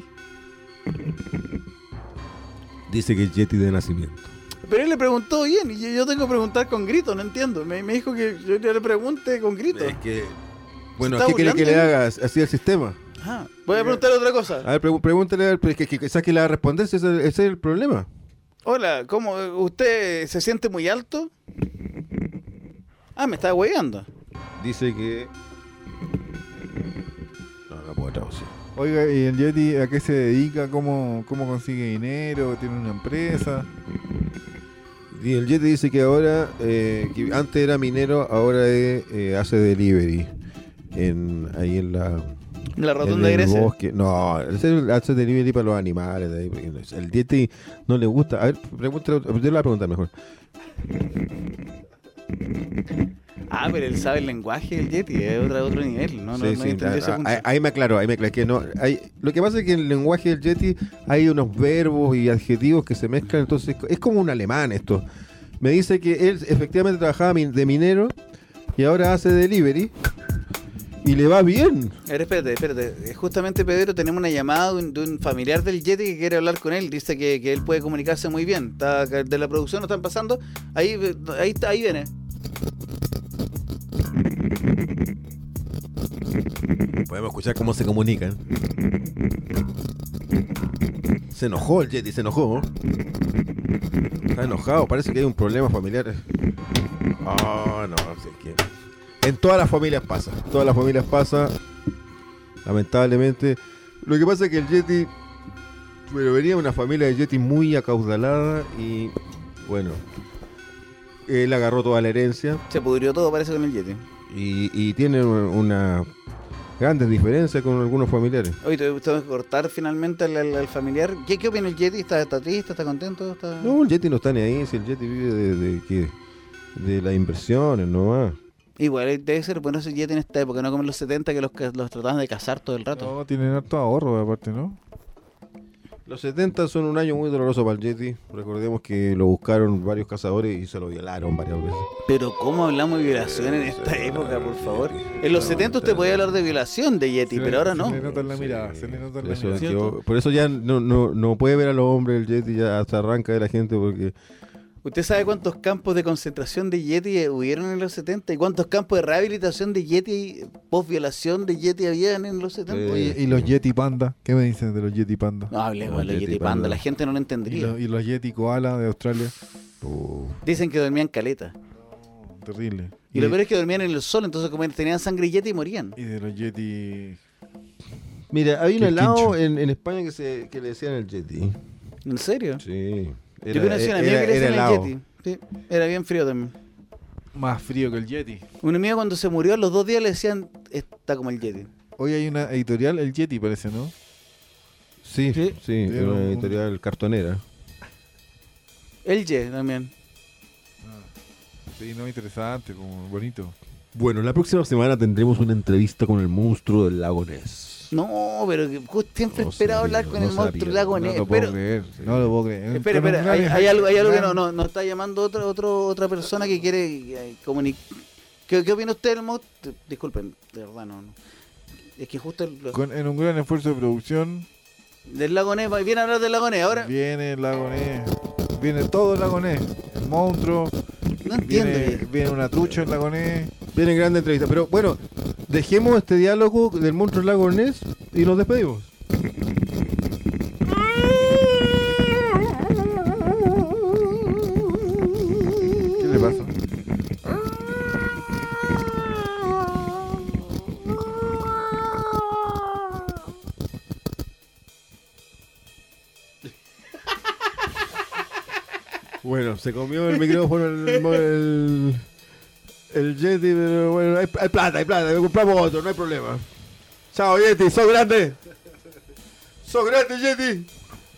Speaker 3: Dice que es Yeti de nacimiento.
Speaker 1: Pero él le preguntó bien y yo, yo tengo que preguntar con grito, no entiendo. Me, me dijo que yo le pregunte con grito.
Speaker 3: Es que... Bueno,
Speaker 1: ¿Se está
Speaker 3: ¿qué quiere que le
Speaker 1: burlando?
Speaker 3: haga? Así el sistema.
Speaker 1: Ah, voy a preguntarle otra cosa.
Speaker 3: A ver, pregú- pregúntale, a ver, pero es que, que, que saque la respuesta, ese, es el- ese es el problema.
Speaker 1: Hola, ¿cómo? ¿Usted se siente muy alto? Ah, me está hueveando.
Speaker 3: Dice que... No, no puedo traducir.
Speaker 2: Oiga, ¿y el Yeti a qué se dedica? ¿Cómo, cómo consigue dinero? ¿Tiene una empresa?
Speaker 3: Y el Yeti dice que ahora, eh, que antes era minero, ahora es, eh, hace delivery. En, ahí en la
Speaker 1: La
Speaker 3: en
Speaker 1: rotonda de
Speaker 3: el
Speaker 1: Grecia.
Speaker 3: bosque. No, ese hace delivery para los animales. De ahí, porque el Yeti no le gusta. A ver, pregúntale, yo le voy a preguntar mejor.
Speaker 1: Ah, pero él sabe el lenguaje del Yeti, es otro, otro nivel. No, no,
Speaker 3: Sí,
Speaker 1: no
Speaker 3: sí,
Speaker 1: entendí
Speaker 3: a-
Speaker 1: ese
Speaker 3: a-
Speaker 1: punto.
Speaker 3: ahí, ahí me aclaro, ahí me aclaro. Que no, hay, lo que pasa es que en el lenguaje del Yeti hay unos verbos y adjetivos que se mezclan, entonces es como un alemán esto. Me dice que él efectivamente trabajaba min- de minero y ahora hace delivery y le va bien.
Speaker 1: A ver, espérate, espérate. Eh, Justamente, Pedro, tenemos una llamada de un, de un familiar del Yeti que quiere hablar con él. Dice que, que él puede comunicarse muy bien. Está, acá de la producción lo están pasando. Ahí, eh, ahí, está, ahí viene.
Speaker 3: Podemos escuchar cómo se comunican. Se enojó el Yeti, se enojó. Está enojado, parece que hay un problema familiar. Ah, no, sí, es que en todas las familias pasa. En todas las familias pasa. Lamentablemente. Lo que pasa es que el Yeti, pero venía una familia de Yeti muy acaudalada y bueno, él agarró toda la herencia
Speaker 1: Se pudrió todo, parece, con el Yeti.
Speaker 3: y, y tiene una grandes diferencias con algunos familiares.
Speaker 1: Oye, tengo que cortar finalmente al, al- al familiar. ¿Qué, ¿Qué opina el Yeti? ¿Está, está triste? ¿Está contento? ¿Está...
Speaker 3: No, el Yeti no está ni ahí, si el Yeti vive de, de, ¿qué? De las inversiones nomás.
Speaker 1: Igual eh, debe ser bueno ese Yeti en esta época, no como en los setenta que los, ca- los trataban de cazar todo el rato.
Speaker 2: No, tienen harto ahorro aparte, ¿no?
Speaker 3: Los setenta son un año muy doloroso para el Yeti. Recordemos que lo buscaron varios cazadores y se lo violaron varias veces.
Speaker 1: Pero ¿cómo hablamos de violación en esta época, por favor? En los setenta usted podía hablar de violación de Yeti,
Speaker 2: Se
Speaker 1: pero
Speaker 2: le-
Speaker 1: ahora
Speaker 2: Se
Speaker 1: no.
Speaker 2: le nota en la
Speaker 3: Sí.
Speaker 2: mirada, se le nota en la
Speaker 3: Eso,
Speaker 2: mirada.
Speaker 3: yo- por eso ya no, no, no puede ver a los hombres el Yeti, ya se arranca de la gente porque...
Speaker 1: ¿Usted sabe cuántos campos de concentración de Yeti hubieron en los setenta? ¿Y cuántos campos de rehabilitación de Yeti, post-violación de Yeti habían en los setenta?
Speaker 3: Sí.
Speaker 2: Oye, ¿y los Yeti Panda? ¿Qué me dicen de los Yeti Panda?
Speaker 1: No hablemos de
Speaker 3: Los
Speaker 1: los
Speaker 3: Yeti
Speaker 1: Yeti Panda,
Speaker 3: Panda.
Speaker 1: la gente no lo
Speaker 2: ¿Y,
Speaker 1: entendería.
Speaker 2: los, y los Yeti Koala de Australia?
Speaker 3: Oh,
Speaker 1: Dicen que dormían caleta.
Speaker 2: Terrible.
Speaker 1: Y lo peor es que dormían en el sol, entonces como tenían sangre Yeti morían.
Speaker 2: Y de los Yeti...
Speaker 3: Mira, hay un
Speaker 2: Qué
Speaker 3: helado
Speaker 2: quincho.
Speaker 3: en, en España que, se, que le decían el Yeti.
Speaker 1: ¿En serio?
Speaker 3: Sí.
Speaker 1: Yo conocí a una amiga
Speaker 3: era-
Speaker 1: que le
Speaker 3: era
Speaker 1: decían
Speaker 3: helado.
Speaker 1: el Yeti. Sí, era bien frío también.
Speaker 2: Más frío que el Yeti.
Speaker 1: Una amiga cuando se murió a los dos días le decían, está como el Yeti.
Speaker 2: Hoy hay una editorial, el Yeti parece, ¿no?
Speaker 3: Sí,
Speaker 1: Sí.
Speaker 3: sí,
Speaker 2: Era
Speaker 3: una
Speaker 2: un-
Speaker 3: editorial cartonera.
Speaker 1: El Ye también.
Speaker 2: Sí, no, interesante, como bonito.
Speaker 3: Bueno, la próxima semana tendremos una entrevista con el monstruo del lago Ness.
Speaker 1: No, pero que justo siempre he
Speaker 3: No se
Speaker 1: esperado
Speaker 3: la
Speaker 1: hablar
Speaker 3: pierda,
Speaker 1: con
Speaker 3: no
Speaker 1: el
Speaker 3: se la
Speaker 1: monstruo
Speaker 3: pierda.
Speaker 1: lago
Speaker 2: No
Speaker 1: Ness.
Speaker 2: lo puedo
Speaker 1: Pero,
Speaker 2: creer, no lo puedo creer.
Speaker 1: espera,
Speaker 2: Con un
Speaker 1: espera, hay,
Speaker 2: gran-
Speaker 1: hay algo, hay algo que no,
Speaker 2: gran-
Speaker 1: no, nos está llamando otra, otro, otra persona que quiere comunicar. ¿Qué, ¿Qué opina usted del monstruo? Disculpen, de verdad, no, no. Es que justo el,
Speaker 2: con- en un gran esfuerzo de producción
Speaker 1: del lago Ness, viene a hablar del lago Ness ahora.
Speaker 2: viene el lago Ness. Viene todo el lago Ness. El monstruo.
Speaker 1: No entiendo
Speaker 2: Viene,
Speaker 1: bien.
Speaker 2: viene una trucha en lago Ness.
Speaker 3: Viene grande entrevista. Pero bueno, dejemos este diálogo del monstruo del lago Ness y nos despedimos.
Speaker 2: ¿Qué le pasa?
Speaker 3: Bueno, se comió el micrófono el, el, el Yeti, pero bueno, hay, hay plata, hay plata, compramos otro, no hay problema. Chao Yeti, sos grande. Sos grande Yeti.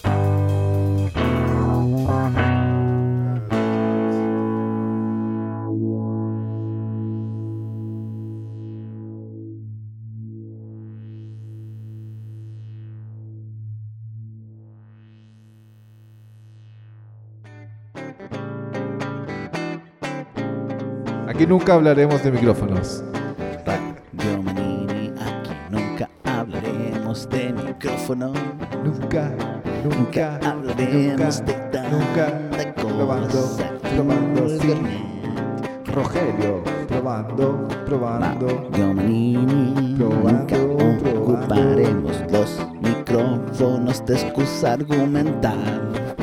Speaker 2: Aquí nunca hablaremos de micrófonos.
Speaker 1: Radio Manini, aquí nunca hablaremos de micrófono.
Speaker 2: Nunca,
Speaker 1: Nunca
Speaker 2: nunca,
Speaker 1: hablaremos de
Speaker 2: nunca,
Speaker 1: tanta
Speaker 2: nunca.
Speaker 1: cosa.
Speaker 2: Probando, probando, sí.
Speaker 1: vulgarmente.
Speaker 2: Rogelio, probando, probando.
Speaker 1: Radio Manini, nunca
Speaker 2: Probando,
Speaker 1: ocuparemos los micrófonos de excusa argumental.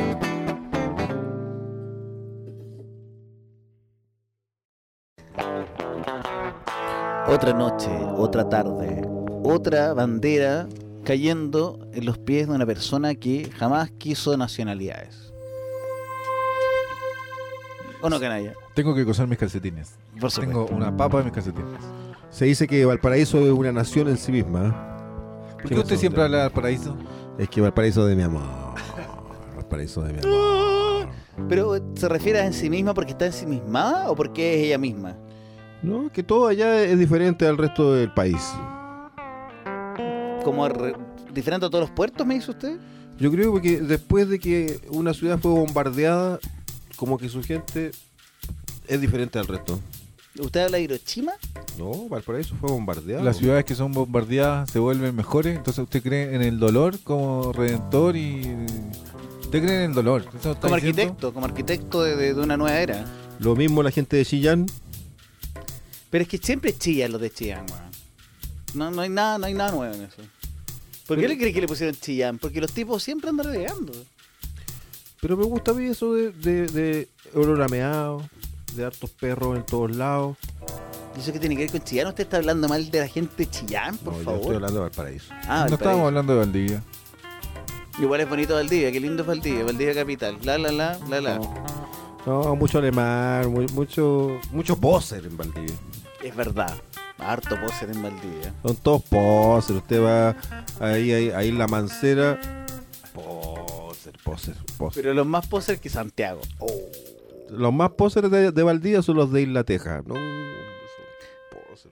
Speaker 1: Otra noche, otra tarde, otra bandera cayendo en los pies de una persona que jamás quiso nacionalidades. ¿O no, canalla?
Speaker 2: Tengo que coser mis calcetines.
Speaker 1: Por
Speaker 2: Tengo
Speaker 1: supuesto.
Speaker 2: una papa en mis calcetines.
Speaker 3: Se dice que Valparaíso es una nación en sí misma.
Speaker 2: ¿Por qué usted siempre habla del paraíso?
Speaker 3: Es que Valparaíso de mi amor. Valparaíso de mi amor.
Speaker 1: ¿Pero se refiere a en sí misma porque está ensimismada o porque es ella misma?
Speaker 3: No, que todo allá es diferente al resto del país.
Speaker 1: ¿Como re- diferente a todos los puertos, me dice usted?
Speaker 3: Yo creo que después de que una ciudad fue bombardeada, como que su gente es diferente al resto.
Speaker 1: ¿Usted habla de Hiroshima?
Speaker 3: No, Valparaíso fue bombardeado.
Speaker 2: Las ciudades que son bombardeadas se vuelven mejores, entonces usted cree en el dolor como redentor y... ¿Usted cree en el dolor? ¿Eso está
Speaker 1: Como
Speaker 2: diciendo?
Speaker 1: arquitecto, como arquitecto de, de- de una nueva era.
Speaker 3: Lo mismo la gente de Chillán.
Speaker 1: Pero es que siempre chillan los de Chillán, weón. No, no hay nada, no hay nada nuevo en eso. ¿Por qué le cree que le pusieron Chillán? Porque los tipos siempre andan renegando.
Speaker 3: Pero me gusta a mí eso de, de, de olor a meado, de hartos perros en todos lados.
Speaker 1: ¿Y eso qué tiene que ver con Chillán? ¿Usted está hablando mal de la gente de Chillán, por
Speaker 3: No, yo
Speaker 1: favor?
Speaker 3: estoy hablando de Valparaíso.
Speaker 1: Ah,
Speaker 2: No
Speaker 1: Valparaíso.
Speaker 2: estábamos hablando de Valdivia.
Speaker 1: Igual es bonito Valdivia, qué lindo es Valdivia, Valdivia capital. La, la, la, la, la.
Speaker 3: No, mucho alemán, muy- mucho, mucho poser en Valdivia.
Speaker 1: Es verdad. Harto poser en Valdivia.
Speaker 3: Son todos poser. Usted va ahí, ahí, ahí en la Mancera. Poser, poser, poser.
Speaker 1: Pero los más poser que Santiago. Oh.
Speaker 3: Los más posers de, de Valdivia son los de Isla Teja. No, son poser.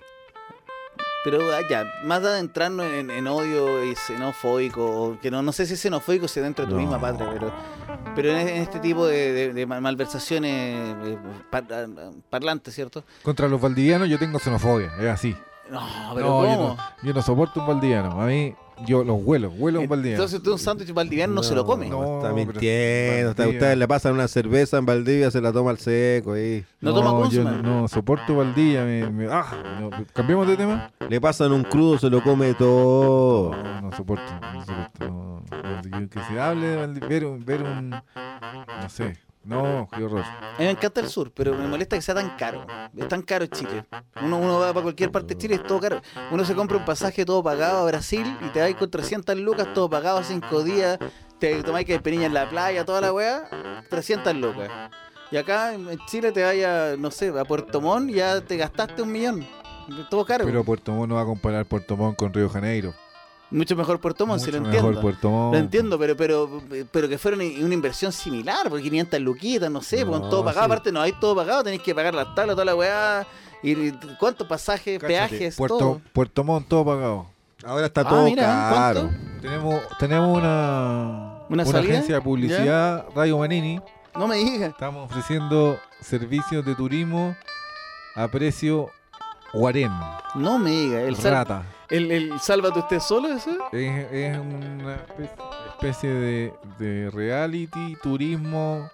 Speaker 1: Pero ah, ya, más de adentrarnos en, en odio y xenofóbico, o que no, no sé si es xenofóbico si es dentro de tu
Speaker 3: No.
Speaker 1: misma patria, pero, pero en, en este tipo de, de- de mal- malversaciones eh, par- ah, parlantes, ¿cierto?
Speaker 2: Contra los valdivianos yo tengo xenofobia, es así.
Speaker 1: No, pero
Speaker 2: No, yo
Speaker 1: ¿cómo?
Speaker 2: no, yo no soporto un valdiviano. A mí, yo los huelo, huelo un valdiviano.
Speaker 1: Entonces usted un sándwich valdiviano no, se lo come.
Speaker 2: no.
Speaker 3: Está
Speaker 2: pero
Speaker 3: mintiendo. Está,
Speaker 2: Valdivia.
Speaker 3: ustedes le pasan una cerveza en Valdivia, se la toma al seco. Ahí.
Speaker 1: No toma
Speaker 2: yo
Speaker 1: Kunzman.
Speaker 2: no, no soporto Valdivia. Me, me- ah, no, ¿cambiamos de tema?
Speaker 3: Le pasan un crudo, se lo come todo.
Speaker 2: No, no soporto, no soporto. no, no, yo- que se hable de Valdivia, ver, un- ver un... No sé. No, qué horror.
Speaker 1: A mí me encanta el sur, pero me molesta que sea tan caro. Es tan caro Chile. Uno, uno va para cualquier parte de Chile, es todo caro. Uno se compra un pasaje todo pagado a Brasil y te vas con trescientas lucas, todo pagado, cinco días. Te tomáis que periña en la playa, toda la weá, trescientas lucas. Y acá en Chile te vayas, no sé, a Puerto Montt y ya te gastaste un millón. Todo caro.
Speaker 2: Pero Puerto Montt no va a comparar Puerto Montt con Río de Janeiro.
Speaker 1: Mucho mejor Puerto Montt, si lo
Speaker 2: Mucho
Speaker 1: entiendo.
Speaker 2: mejor Puerto Montt.
Speaker 1: Lo entiendo, pero pero pero que fuera una, una inversión similar, porque quinientas luquitas, no sé,
Speaker 3: No,
Speaker 1: con todo pagado,
Speaker 3: sí.
Speaker 1: aparte no hay todo pagado, tenéis que pagar las tablas, toda la weá, y cuántos pasajes,
Speaker 2: Cáchate,
Speaker 1: peajes,
Speaker 2: Puerto,
Speaker 1: todo.
Speaker 2: Puerto Montt todo pagado.
Speaker 3: Ahora está
Speaker 1: Ah,
Speaker 3: todo
Speaker 1: mira,
Speaker 3: caro.
Speaker 1: ¿cuánto?
Speaker 2: Tenemos, tenemos una,
Speaker 1: ¿Una salida?
Speaker 2: agencia de publicidad, Radio Manini.
Speaker 1: No me digas.
Speaker 2: Estamos ofreciendo servicios de turismo a precio Guarén.
Speaker 1: No me digas. El, sal,
Speaker 2: Rata.
Speaker 1: el, el Sálvate usted solo, ese.
Speaker 2: Es, es una espe- especie de, de reality, turismo.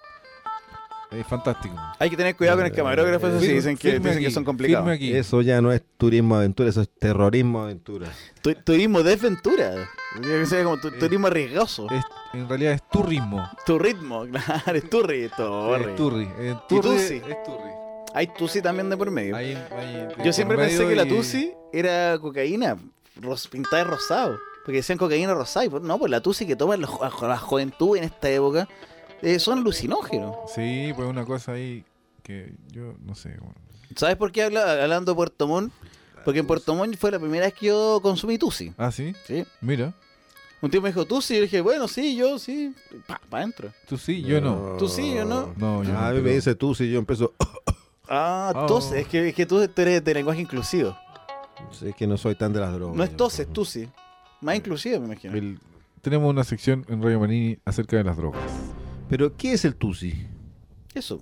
Speaker 2: Es fantástico.
Speaker 1: Hay que tener cuidado con el camarógrafo, eso sí,
Speaker 2: Firme-
Speaker 1: dicen que,
Speaker 2: firme
Speaker 1: dicen que
Speaker 2: aquí,
Speaker 1: son complicados.
Speaker 2: firme aquí.
Speaker 3: Eso ya no es turismo aventura, eso es terrorismo aventura.
Speaker 1: Tu- turismo de aventura. Tiene que ser como tu- turismo arriesgoso.
Speaker 2: Es- en realidad es turismo.
Speaker 1: Tu ritmo, claro, es tu ritmo.
Speaker 2: Es turri. Es
Speaker 1: ¿Y
Speaker 2: turri.
Speaker 1: Tusi?
Speaker 2: Es turri.
Speaker 1: Hay tusi también de por medio.
Speaker 2: Hay- hay-
Speaker 1: Yo
Speaker 2: por
Speaker 1: siempre pensé
Speaker 2: medio
Speaker 1: que la
Speaker 2: y-
Speaker 1: tusi era cocaína ros- pintada de rosado. Porque decían cocaína rosada. Y pues, no, pues la tusi que toman los, jo- la juventud en esta época eh, son alucinógenos.
Speaker 2: Sí, pues una cosa ahí que yo no sé. bueno.
Speaker 1: ¿Sabes por qué habla, hablando de Puerto Montt? Porque en Puerto Montt fue la primera vez que yo consumí tusi.
Speaker 2: Ah, sí,
Speaker 1: ¿Sí?
Speaker 2: mira.
Speaker 1: Un tío me dijo tusi y yo dije, bueno, sí, yo sí. Pa, pa' adentro.
Speaker 2: Tú sí, yo no.
Speaker 1: ¿Tú sí, yo no?
Speaker 2: No, yo no.
Speaker 3: a mí me
Speaker 2: pero-
Speaker 3: dice tú si yo empiezo.
Speaker 1: Ah,
Speaker 2: Oh.
Speaker 1: tose. Es que, es que tú, tú eres de lenguaje inclusivo.
Speaker 3: Es que no soy tan de las drogas.
Speaker 1: No es
Speaker 3: yo.
Speaker 1: tose, es tusi. Más inclusivo, me imagino.
Speaker 2: el- tenemos una sección en Radio Manini acerca de las drogas.
Speaker 3: Pero, ¿qué es el tusi?
Speaker 1: Eso.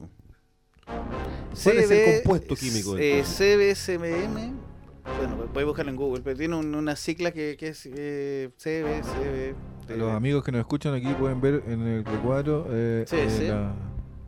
Speaker 3: ¿Cuál es el compuesto químico del
Speaker 1: Eh,
Speaker 3: tusi?
Speaker 1: C B S M. Bueno, puedes buscarlo en Google, pero tiene un- una sigla que, que es eh, C B S M.
Speaker 2: Los amigos que nos escuchan aquí pueden ver en el recuadro eh,
Speaker 1: Sí,
Speaker 2: eh,
Speaker 1: sí.
Speaker 2: la-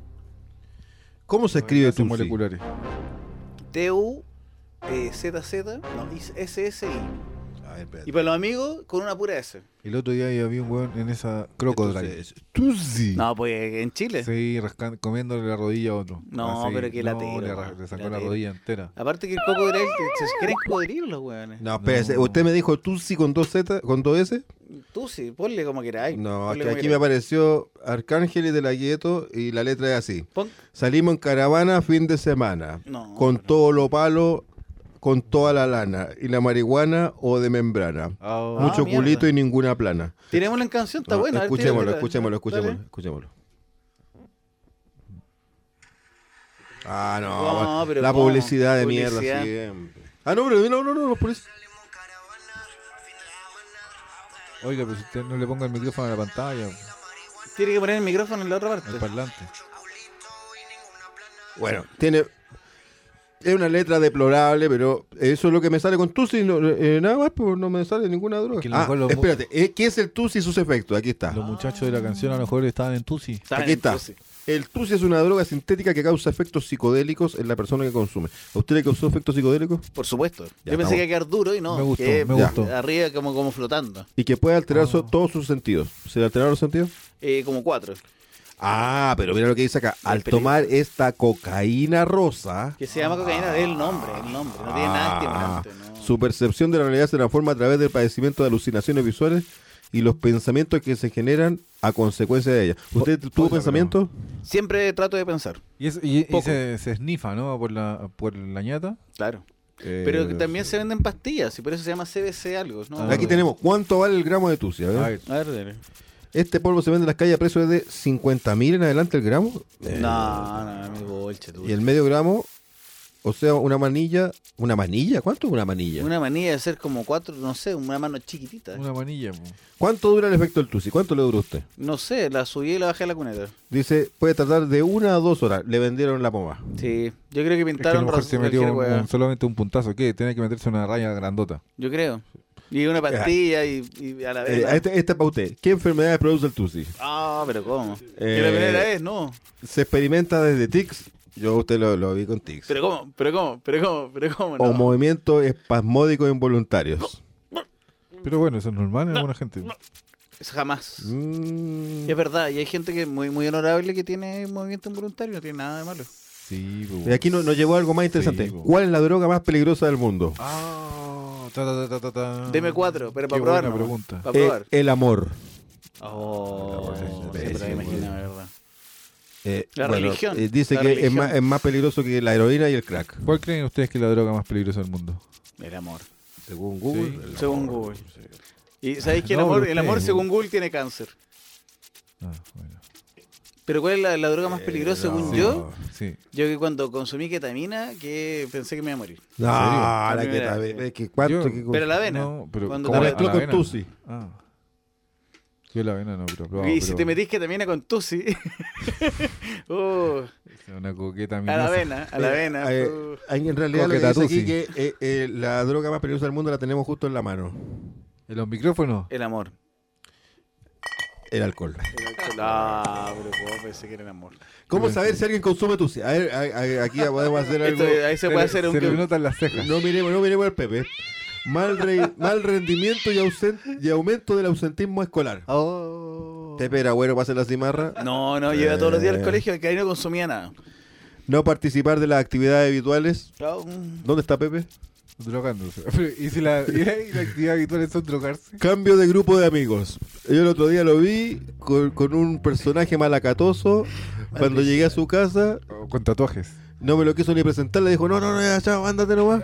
Speaker 3: ¿Cómo se escribe
Speaker 2: enlaces
Speaker 3: tusi?
Speaker 2: moleculares.
Speaker 1: T U Z Z, no, S S I.
Speaker 3: A ver, espérate.
Speaker 1: Y para los amigos, con una pura S.
Speaker 2: El otro día había un weón en esa crocodile.
Speaker 3: Entonces, tusi.
Speaker 1: No, pues en Chile.
Speaker 2: Sí, rascan- comiéndole la rodilla a otro.
Speaker 1: No,
Speaker 2: Así,
Speaker 1: pero qué
Speaker 2: no,
Speaker 1: latero,
Speaker 2: le, ra- le sacó la
Speaker 1: latero.
Speaker 2: rodilla entera.
Speaker 1: Aparte que el cocodrilo, se creen cocodrilos los weones.
Speaker 3: No, espérese,
Speaker 2: No.
Speaker 3: ¿usted me dijo tusi con dos Z, con dos S?
Speaker 1: Tú sí, ponle como queráis.
Speaker 3: No,
Speaker 1: ponle
Speaker 3: es que
Speaker 1: como
Speaker 3: aquí me
Speaker 1: queráis.
Speaker 3: apareció Arcángel y de la Gueto y la letra es así.
Speaker 1: Pon-
Speaker 3: Salimos en caravana fin de semana.
Speaker 1: No,
Speaker 3: con
Speaker 1: no.
Speaker 3: todo lo palo con toda la lana y la marihuana o de membrana.
Speaker 2: Oh.
Speaker 3: Mucho
Speaker 1: mierda.
Speaker 3: culito y ninguna plana.
Speaker 1: Tirémosla en canción, está
Speaker 3: No,
Speaker 1: buena. a ver,
Speaker 3: escuchémoslo,
Speaker 1: tírala.
Speaker 3: escuchémoslo, escuchémoslo,
Speaker 1: Dale.
Speaker 3: escuchémoslo. Ah, no,
Speaker 1: No,
Speaker 3: bueno,
Speaker 1: pero
Speaker 3: la
Speaker 1: ¿cómo?
Speaker 3: publicidad de
Speaker 1: Publicidad.
Speaker 3: mierda siempre. Ah, no, pero no, no, no, no, por eso.
Speaker 2: Oiga, pero si usted no le ponga el micrófono a la pantalla,
Speaker 1: Tiene que poner el micrófono en la otra
Speaker 2: al
Speaker 1: parte.
Speaker 2: parlante.
Speaker 3: Bueno, tiene. Es una letra deplorable, pero eso es lo que me sale con Tusi. No, eh, nada más, pues no me sale ninguna droga.
Speaker 2: Que a lo
Speaker 3: Ah,
Speaker 2: mejor los mu-
Speaker 3: espérate, eh, ¿qué es el Tusi y sus efectos? Aquí está.
Speaker 2: Los muchachos de la canción a lo mejor estaban en Tusi.
Speaker 1: Está
Speaker 3: Aquí
Speaker 1: en
Speaker 3: está.
Speaker 1: Tusi.
Speaker 3: El Tusi es una droga sintética que causa efectos psicodélicos en la persona que consume. ¿A usted le causó efectos psicodélicos?
Speaker 1: Por supuesto.
Speaker 3: Ya,
Speaker 1: Yo pensé
Speaker 3: estamos.
Speaker 1: que iba a quedar duro y no.
Speaker 2: Me gustó,
Speaker 1: que
Speaker 2: me
Speaker 3: gustó.
Speaker 1: Arriba como, como flotando.
Speaker 3: Y que puede alterar
Speaker 2: Oh.
Speaker 3: so- todos sus sentidos. ¿Se le alteraron los sentidos?
Speaker 1: Eh, como cuatro.
Speaker 3: Ah, pero mira lo que dice acá. Al
Speaker 1: peligro.
Speaker 3: tomar esta cocaína rosa,
Speaker 1: Que se llama cocaína, es el nombre, el nombre. No tiene nada
Speaker 3: ah,
Speaker 1: estimulante. No.
Speaker 3: su percepción de la realidad se transforma a través del padecimiento de alucinaciones visuales y los pensamientos que se generan a consecuencia de ella. ¿Usted tuvo
Speaker 2: oiga,
Speaker 3: pensamientos?
Speaker 1: Siempre trato de pensar.
Speaker 2: Y, eso, y, y
Speaker 1: Poco.
Speaker 2: se, se snifa, ¿no? Por la, por la ñata.
Speaker 1: Claro.
Speaker 3: Eh,
Speaker 1: Pero que también se venden pastillas y por eso se llama C B C algo. ¿no?
Speaker 2: Ah,
Speaker 3: Aquí tenemos cuánto vale el gramo de Tusi. A ver.
Speaker 2: A ver,
Speaker 1: A ver, dale.
Speaker 3: Este polvo se vende en las calles a precio de cincuenta mil en adelante el gramo. Eh,
Speaker 1: No, no, mi bolche, tú.
Speaker 3: Y el medio gramo, o sea, una manilla. ¿Una manilla? ¿Cuánto es una manilla?
Speaker 1: Una manilla de ser como cuatro, no sé, una mano chiquitita.
Speaker 2: una manilla. po.
Speaker 3: ¿Cuánto dura el efecto del Tusi? ¿Cuánto le dura a usted?
Speaker 1: No sé, la subí y la bajé a la cuneta.
Speaker 3: Dice, puede tardar de una a dos horas. Le vendieron la pomada.
Speaker 1: Sí, yo creo que
Speaker 2: Es que a
Speaker 1: pintaron
Speaker 2: lo mejor
Speaker 1: ras-
Speaker 2: se metió
Speaker 1: cualquier
Speaker 2: un-
Speaker 1: weá.
Speaker 2: un- solamente un puntazo. ¿Qué? Tiene que meterse una raya grandota.
Speaker 1: Yo creo. Y una pastilla y, y a la vez.
Speaker 3: Eh, este, este es para usted. ¿Qué enfermedades produce el Tusi?
Speaker 1: Ah, pero ¿cómo?
Speaker 3: Eh,
Speaker 1: Que la primera vez, no.
Speaker 3: Se experimenta desde tics. Yo a usted lo, lo vi con tics.
Speaker 1: Pero ¿cómo? Pero ¿cómo? Pero ¿cómo? Pero ¿cómo? No.
Speaker 3: O movimientos espasmódicos involuntarios.
Speaker 2: Pero bueno, eso es normal en alguna gente.
Speaker 1: Eso jamás.
Speaker 3: Mm.
Speaker 1: Es verdad, y hay gente que es muy, muy honorable que tiene movimiento involuntario, no tiene nada de malo.
Speaker 2: Sí, po.
Speaker 3: Y aquí nos, nos llevó algo más interesante.
Speaker 2: Sí, po.
Speaker 3: ¿Cuál es la droga más peligrosa del mundo?
Speaker 2: Ah, ta, ta, ta, ta, ta.
Speaker 1: Deme cuatro, pero
Speaker 2: Qué
Speaker 1: para probar.
Speaker 2: buena
Speaker 1: ¿no?
Speaker 2: pregunta.
Speaker 1: Para probar.
Speaker 3: Eh, el amor.
Speaker 1: Oh,
Speaker 3: sí,
Speaker 1: siempre
Speaker 3: sí,
Speaker 1: me
Speaker 3: sí.
Speaker 1: imaginaba, ¿verdad?
Speaker 3: Eh,
Speaker 1: La
Speaker 3: bueno,
Speaker 1: religión.
Speaker 3: eh, dice
Speaker 1: La
Speaker 3: que es
Speaker 1: religión.
Speaker 3: más, es más peligroso que la heroína y el crack.
Speaker 2: ¿Cuál creen ustedes que es la droga más peligrosa del mundo?
Speaker 1: El amor.
Speaker 3: Según Google.
Speaker 2: Sí.
Speaker 3: el
Speaker 1: Según
Speaker 3: amor.
Speaker 1: Google. ¿Y sabéis que el
Speaker 2: No,
Speaker 1: amor,
Speaker 2: pero
Speaker 1: el amor
Speaker 2: ustedes.
Speaker 1: según Google tiene cáncer?
Speaker 2: Ah, bueno.
Speaker 1: ¿Pero cuál es la, la droga más peligrosa
Speaker 3: Eh, no.
Speaker 1: según yo?
Speaker 2: Sí.
Speaker 1: Yo que cuando consumí ketamina, que pensé que me iba a morir.
Speaker 3: No,
Speaker 1: La
Speaker 3: la que
Speaker 1: primera
Speaker 3: ta-
Speaker 1: vez.
Speaker 3: es que cuánto
Speaker 2: Yo-
Speaker 3: que-
Speaker 1: Pero la avena.
Speaker 2: No, pero
Speaker 1: Cuando
Speaker 2: ¿cómo
Speaker 1: te
Speaker 2: la-
Speaker 3: mezcló
Speaker 2: a la
Speaker 3: con
Speaker 2: avena?
Speaker 3: Tusi.
Speaker 2: Ah. Yo la avena no, pero he probado,
Speaker 1: y si
Speaker 2: pero
Speaker 1: te metís ketamina con Tusi. uh,
Speaker 2: es una coqueta
Speaker 1: a la
Speaker 2: minosa.
Speaker 1: avena, a la
Speaker 3: Eh,
Speaker 1: avena.
Speaker 3: eh,
Speaker 1: uh.
Speaker 3: Ahí en realidad lo que
Speaker 2: Coqueta
Speaker 3: dice aquí
Speaker 2: Tusi.
Speaker 3: que eh, eh, la droga más peligrosa del mundo la tenemos justo en la mano.
Speaker 2: ¿En los micrófonos?
Speaker 1: El amor.
Speaker 3: El alcohol.
Speaker 1: El alcohol. Ah, pero ¿cómo pensé que era el amor?
Speaker 3: ¿Cómo saber si alguien consume Tusi? A ver, a- a- aquí ya podemos hacer algo.
Speaker 1: Esto, ahí se puede hacer un...
Speaker 2: Se le notan las cejas.
Speaker 3: No miremos, no miremos al Pepe. Mal, re- mal rendimiento y, ausen- y aumento del ausentismo escolar.
Speaker 1: Oh.
Speaker 3: Pepe era bueno para hacer la cimarra.
Speaker 1: No, no, yo iba todos los días al
Speaker 3: Eh.
Speaker 1: colegio, que ahí no consumía nada.
Speaker 3: No participar de las actividades habituales.
Speaker 1: Oh, mm.
Speaker 3: ¿Dónde está Pepe?
Speaker 2: Drogándose. Pero, ¿Y si la, y la- y la actividad habitual son drogarse?
Speaker 3: Cambio de grupo de amigos. Yo el otro día lo vi con, con un personaje malacatoso. Cuando llegué a su casa,
Speaker 2: O con tatuajes.
Speaker 3: no me lo quiso ni presentar. Le dijo, no, no, no, ya, chao, ándate nomás.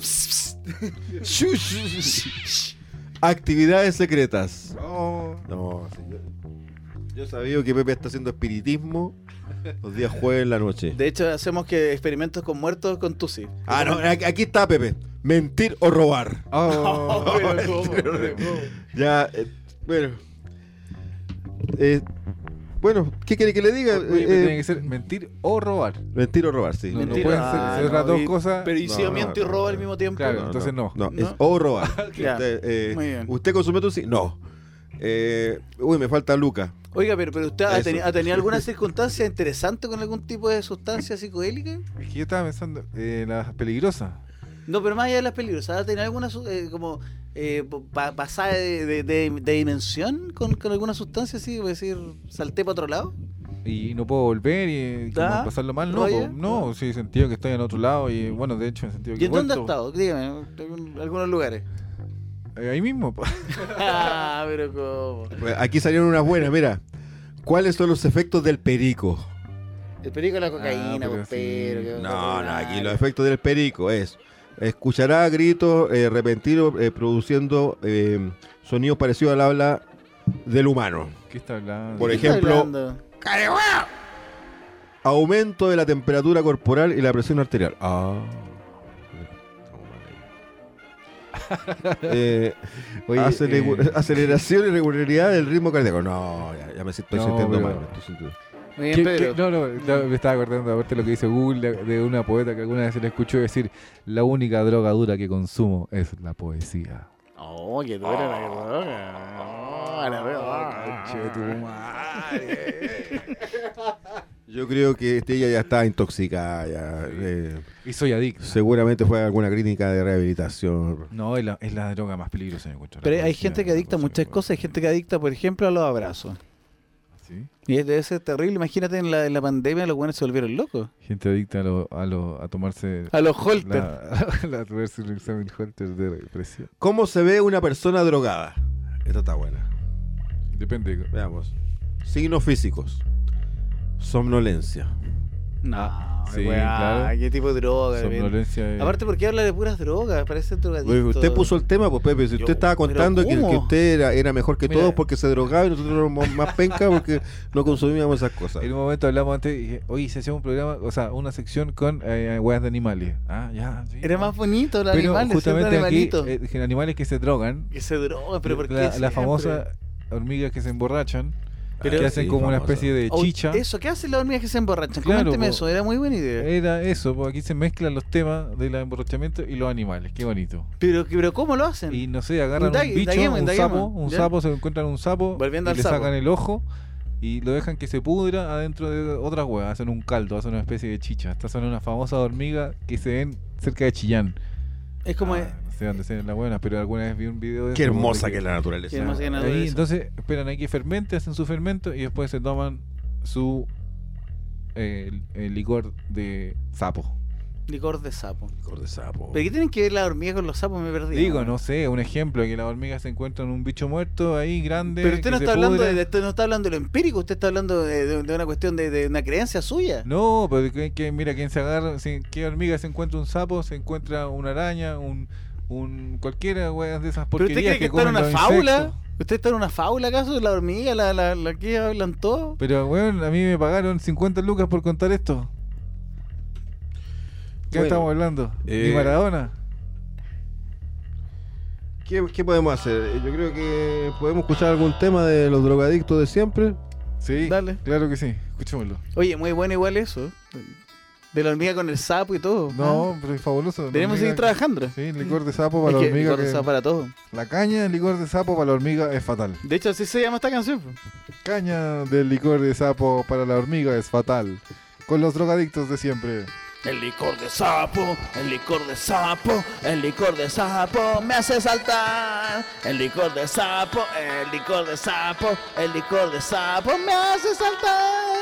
Speaker 3: Actividades secretas. No, sí, yo, yo sabía que Pepe está haciendo espiritismo los días jueves en la noche.
Speaker 1: De hecho, hacemos que experimentos con muertos con Tusi.
Speaker 3: Ah, no, aquí aquí está Pepe. Mentir o robar.
Speaker 2: Oh.
Speaker 1: Pero ¿cómo? Pero ¿cómo?
Speaker 3: Ya, eh, bueno. Eh, bueno, ¿qué quiere que le diga?
Speaker 2: Oye,
Speaker 3: Eh,
Speaker 2: pero tiene
Speaker 3: eh,
Speaker 2: que ser mentir o robar.
Speaker 3: mentir o robar, sí.
Speaker 2: No, no
Speaker 1: Mentira.
Speaker 2: pueden ser-
Speaker 1: Ah,
Speaker 2: ser las
Speaker 1: no,
Speaker 2: dos
Speaker 1: y-
Speaker 2: cosas.
Speaker 1: Pero ¿y si
Speaker 3: No,
Speaker 1: yo miento y
Speaker 3: no,
Speaker 1: robo
Speaker 3: no.
Speaker 1: al mismo tiempo?
Speaker 2: Claro. entonces no.
Speaker 3: No,
Speaker 1: No.
Speaker 3: es o robar.
Speaker 1: Ya,
Speaker 3: Usted, eh,
Speaker 1: muy bien.
Speaker 3: ¿Usted consume tu sí? No. Eh, uy, me falta Luca.
Speaker 1: Oiga, pero, pero ¿usted ha
Speaker 3: Eso.
Speaker 1: tenido, ha tenido alguna circunstancia interesante con algún tipo de sustancia psicodélica?
Speaker 2: Es que yo estaba pensando en las peligrosas.
Speaker 1: No, pero más allá de las peligrosas, ¿ha tenido alguna su- eh, como eh, pa- pasada de, de, de- de dimensión con, con alguna sustancia así? Voy a decir, salté para otro lado.
Speaker 2: Y no puedo volver y como
Speaker 1: ¿Ah?
Speaker 2: pasarlo mal. No,
Speaker 1: ¿Roya?
Speaker 2: po, no, sí, he sentido que estoy en otro lado y bueno, de hecho he sentido que
Speaker 1: ¿Y en
Speaker 2: he
Speaker 1: dónde ha
Speaker 2: vuelto.
Speaker 1: estado? Dígame, algún- algunos lugares.
Speaker 2: Eh, ahí mismo. po.
Speaker 1: Ah, pero ¿cómo?
Speaker 3: Bueno, aquí salieron unas buenas, mira. ¿Cuáles son los efectos del perico?
Speaker 1: El perico de la cocaína,
Speaker 2: Ah, pero
Speaker 1: pues,
Speaker 2: sí.
Speaker 1: pero... que-
Speaker 3: No, no, aquí los efectos del perico es escuchará gritos eh, repentinos eh, produciendo eh, sonidos parecidos al habla del humano.
Speaker 2: ¿Qué está hablando?
Speaker 3: Por
Speaker 1: ¿Qué está
Speaker 3: ejemplo,
Speaker 1: hablando?
Speaker 3: aumento de la temperatura corporal y la presión arterial. Ah. eh,
Speaker 2: Oye,
Speaker 3: acelegu-
Speaker 2: eh,
Speaker 3: aceleración y regularidad del ritmo cardíaco. No, ya, ya me estoy
Speaker 2: No,
Speaker 3: sintiendo
Speaker 2: pero-
Speaker 3: mal. me estoy sintiendo-
Speaker 1: Muy bien,
Speaker 2: ¿Qué-
Speaker 1: Pedro.
Speaker 2: qué- no, no, no, me estaba acordando aparte de lo que dice Google de, de una poeta que alguna vez se le escuchó decir: la única droga dura que consumo es la poesía.
Speaker 1: Oh, qué dura la droga. Oh, la droga.
Speaker 2: Conche tu madre.
Speaker 3: Yo creo que este, ella ya está intoxicada. Ya, eh,
Speaker 2: Y soy adicto.
Speaker 3: seguramente fue alguna clínica de rehabilitación.
Speaker 2: No, es la, es la droga más peligrosa, me encuentro.
Speaker 1: Pero hay gente que adicta a muchas cosas. Hay gente que adicta, por ejemplo, a los abrazos.
Speaker 2: ¿Sí?
Speaker 1: Y debe ser terrible. Imagínate en la, en la pandemia los buenos se volvieron locos.
Speaker 2: Gente adicta a, lo, a, lo, a tomarse
Speaker 1: A los Holter.
Speaker 2: la, la, tomarse un examen Holter de presión.
Speaker 3: ¿Cómo se ve una persona drogada? Esta está buena.
Speaker 2: Depende.
Speaker 3: Veamos. Signos físicos. Somnolencia.
Speaker 1: No,
Speaker 2: Sí,
Speaker 1: weá,
Speaker 2: claro.
Speaker 1: ¿qué tipo de droga? men?
Speaker 2: Somnolencia. es-
Speaker 1: Aparte, porque habla de puras drogas? Parece drogadicto.
Speaker 3: Oye, usted puso el tema, pues Pepe. Si
Speaker 1: Yo-
Speaker 3: usted estaba
Speaker 1: pero
Speaker 3: contando que,
Speaker 1: ¿cómo?
Speaker 3: que usted era, era mejor que
Speaker 2: Mira.
Speaker 3: todos porque se drogaba y nosotros éramos más penca porque no consumíamos esas cosas.
Speaker 2: En un momento hablamos antes y dije: oye, se hacía un programa, o sea, una sección con eh, weas de animales. Ah, ya. Sí,
Speaker 1: Era
Speaker 2: no.
Speaker 1: más bonito los
Speaker 2: Pero
Speaker 1: animales.
Speaker 2: justamente
Speaker 1: siempre
Speaker 2: aquí,
Speaker 1: animalitos.
Speaker 2: eh, dije, animales que se drogan.
Speaker 1: Que se drogan, pero ¿por qué
Speaker 2: la, la
Speaker 1: siempre?
Speaker 2: famosa hormigas que se emborrachan,
Speaker 1: Pero-
Speaker 2: que hacen
Speaker 3: sí,
Speaker 2: como una
Speaker 3: famosa.
Speaker 2: especie de
Speaker 1: Oh,
Speaker 2: chicha.
Speaker 1: Eso, ¿qué hacen las hormigas que se emborrachan?
Speaker 2: Claro,
Speaker 1: Coménteme
Speaker 2: po.
Speaker 1: eso, era muy buena idea.
Speaker 2: Era eso, porque aquí se mezclan los temas del emborrachamiento y los animales. Qué bonito.
Speaker 1: Pero, pero ¿cómo lo hacen?
Speaker 2: Y no sé, agarran
Speaker 1: Indague-
Speaker 2: un bicho,
Speaker 1: indaguemos,
Speaker 2: un
Speaker 1: indaguemos,
Speaker 2: sapo, un
Speaker 1: ¿ya?
Speaker 2: sapo, se encuentran un sapo,
Speaker 1: Volviendo
Speaker 2: y
Speaker 1: al
Speaker 2: le
Speaker 1: sapo.
Speaker 2: sacan el ojo y lo dejan que se pudra adentro de otras huevas. Hacen un caldo, hacen una especie de chicha. Estas son unas famosas hormigas que se ven cerca de Chillán.
Speaker 1: Es como...
Speaker 2: Ah, no sé dónde se ven las buenas, pero alguna vez vi un video de
Speaker 3: Qué
Speaker 2: eso,
Speaker 3: hermosa
Speaker 2: como
Speaker 3: que es la naturaleza.
Speaker 1: Qué hermosa que es la
Speaker 2: Ahí,
Speaker 1: naturaleza.
Speaker 2: entonces esperan ahí que fermente, hacen su fermento y después se toman su eh, el- el licor de sapo.
Speaker 1: Licor de sapo.
Speaker 3: Licor de sapo.
Speaker 1: ¿Pero qué tienen que ver las hormigas con los sapos? Me perdí.
Speaker 2: Digo, no sé, un ejemplo, que las hormigas se encuentran un bicho muerto ahí grande.
Speaker 1: Pero usted
Speaker 2: que
Speaker 1: no
Speaker 2: se
Speaker 1: está, hablando
Speaker 2: pudre.
Speaker 1: de, usted no está hablando de lo empírico, usted está hablando de, de- de una cuestión de, de una creencia suya.
Speaker 2: No, pero que, que mira, quien se agarra, si, ¿qué hormiga se encuentra un sapo? Se encuentra una araña, un, un cualquiera, weas de esas
Speaker 1: ¿Pero usted
Speaker 2: porquerías
Speaker 1: cree que,
Speaker 2: que
Speaker 1: está en
Speaker 2: comen
Speaker 1: una
Speaker 2: los
Speaker 1: fábula?
Speaker 2: insectos.
Speaker 1: ¿Usted está en una fábula acaso de la hormiga, la, la, la que hablan todo?
Speaker 2: Pero, weón, a mí me pagaron cincuenta lucas por contar esto. ¿Qué
Speaker 3: Bueno,
Speaker 2: estamos hablando?
Speaker 3: eh,
Speaker 2: ¿Ni Maradona?
Speaker 3: ¿Qué, qué podemos hacer? Eh, Yo creo que podemos escuchar algún tema de los drogadictos de siempre.
Speaker 2: Sí,
Speaker 1: Dale.
Speaker 2: claro que sí. Escuchémoslo.
Speaker 1: Oye, muy bueno igual eso. De la hormiga con el sapo y todo.
Speaker 2: No,
Speaker 1: ¿ah?
Speaker 2: pero es fabuloso. La
Speaker 1: Tenemos que seguir
Speaker 2: hormiga-
Speaker 1: trabajando.
Speaker 2: Sí, licor de sapo para
Speaker 1: Es
Speaker 2: la
Speaker 1: que
Speaker 2: hormiga.
Speaker 1: licor de
Speaker 2: que-
Speaker 1: sapo para todo.
Speaker 2: La caña del licor de sapo para la hormiga es fatal.
Speaker 1: De hecho, así se llama esta canción. pues.
Speaker 2: Caña del licor de sapo para la hormiga es fatal. Con los drogadictos de siempre.
Speaker 1: El licor de sapo, el licor de sapo, el licor de sapo me hace saltar. El licor de sapo, el licor de sapo, el licor de sapo me hace saltar.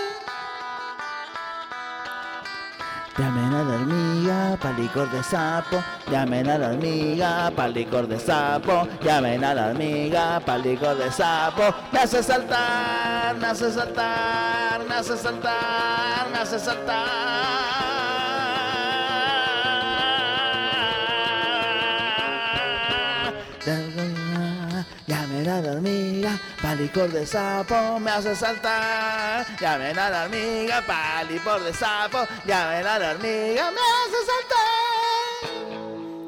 Speaker 1: Llamen a la hormiga pa' licor de sapo, llamen a la hormiga pa' licor de sapo, llamen a la hormiga pa' licor de sapo, me hace saltar, me hace saltar, me hace saltar, me hace saltar. Llamen a la hormiga pa' licor de sapo, me hace saltar. Llamen a la hormiga pa' licor de sapo, llamen a la hormiga, me hace saltar.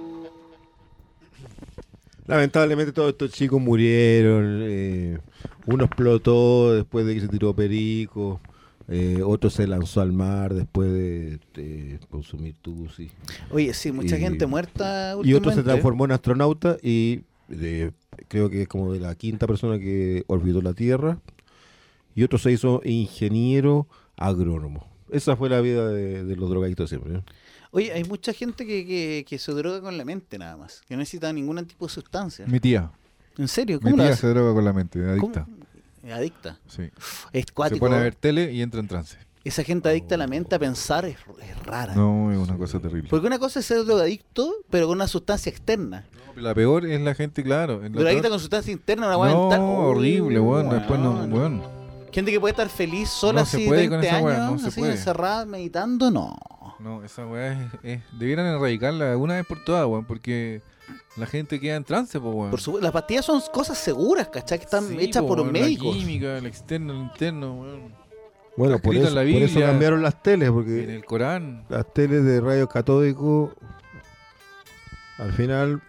Speaker 3: Lamentablemente todos estos chicos murieron. eh, uno explotó después de que se tiró perico. eh, otro se lanzó al mar después de, de consumir tusi.
Speaker 1: Oye, sí, mucha
Speaker 3: Y-
Speaker 1: gente muerta
Speaker 3: Y otro se
Speaker 1: últimamente.
Speaker 3: transformó en astronauta y de- creo que es como de la quinta persona que orbitó la Tierra. Y otro se hizo ingeniero agrónomo. Esa fue la vida de, de los drogadictos siempre. ¿eh?
Speaker 1: Oye, hay mucha gente que, que, que se droga con la mente nada más, que no necesita ningún tipo de sustancia.
Speaker 2: Mi tía.
Speaker 1: ¿En serio?
Speaker 2: Mi
Speaker 1: ¿Cómo lo
Speaker 2: tía
Speaker 1: hace?
Speaker 2: se droga con la mente, adicta.
Speaker 1: ¿Cómo? Adicta.
Speaker 2: Sí.
Speaker 1: Es
Speaker 2: Se
Speaker 1: cuático.
Speaker 2: pone a ver tele y entra en trance.
Speaker 1: Esa gente adicta a la mente a pensar es, es rara.
Speaker 2: No, es una cosa terrible.
Speaker 1: Porque una cosa es ser drogadicto, pero con una sustancia externa.
Speaker 2: La peor es la gente, claro. en la
Speaker 1: Drogadicta
Speaker 2: otra-
Speaker 1: con sustancia interna, una weá
Speaker 2: No,
Speaker 1: mental.
Speaker 2: horrible,
Speaker 1: Uy,
Speaker 2: weón. Después no,
Speaker 1: weón.
Speaker 2: weón.
Speaker 1: Gente que puede estar feliz sola
Speaker 2: No se
Speaker 1: así
Speaker 2: puede con
Speaker 1: veinte
Speaker 2: esa
Speaker 1: años,
Speaker 2: weá, no se
Speaker 1: así
Speaker 2: puede.
Speaker 1: encerrada, meditando, no.
Speaker 2: No, esa weá es, es- debieran erradicarla de una vez por todas, weón, porque la gente queda en trance, po, weón.
Speaker 1: Por supuesto, las pastillas son cosas seguras, ¿cachai? Que están
Speaker 2: Sí,
Speaker 1: hechas
Speaker 2: po,
Speaker 1: por
Speaker 2: weón,
Speaker 1: médicos.
Speaker 2: La química, el externo, el interno, weón.
Speaker 3: Bueno,
Speaker 2: Está
Speaker 3: por
Speaker 2: escrito
Speaker 3: eso,
Speaker 2: en la
Speaker 3: por eso
Speaker 2: Biblia.
Speaker 3: cambiaron las teles,
Speaker 2: En
Speaker 3: porque
Speaker 2: el Corán.
Speaker 3: las teles de rayos catódicos, al final,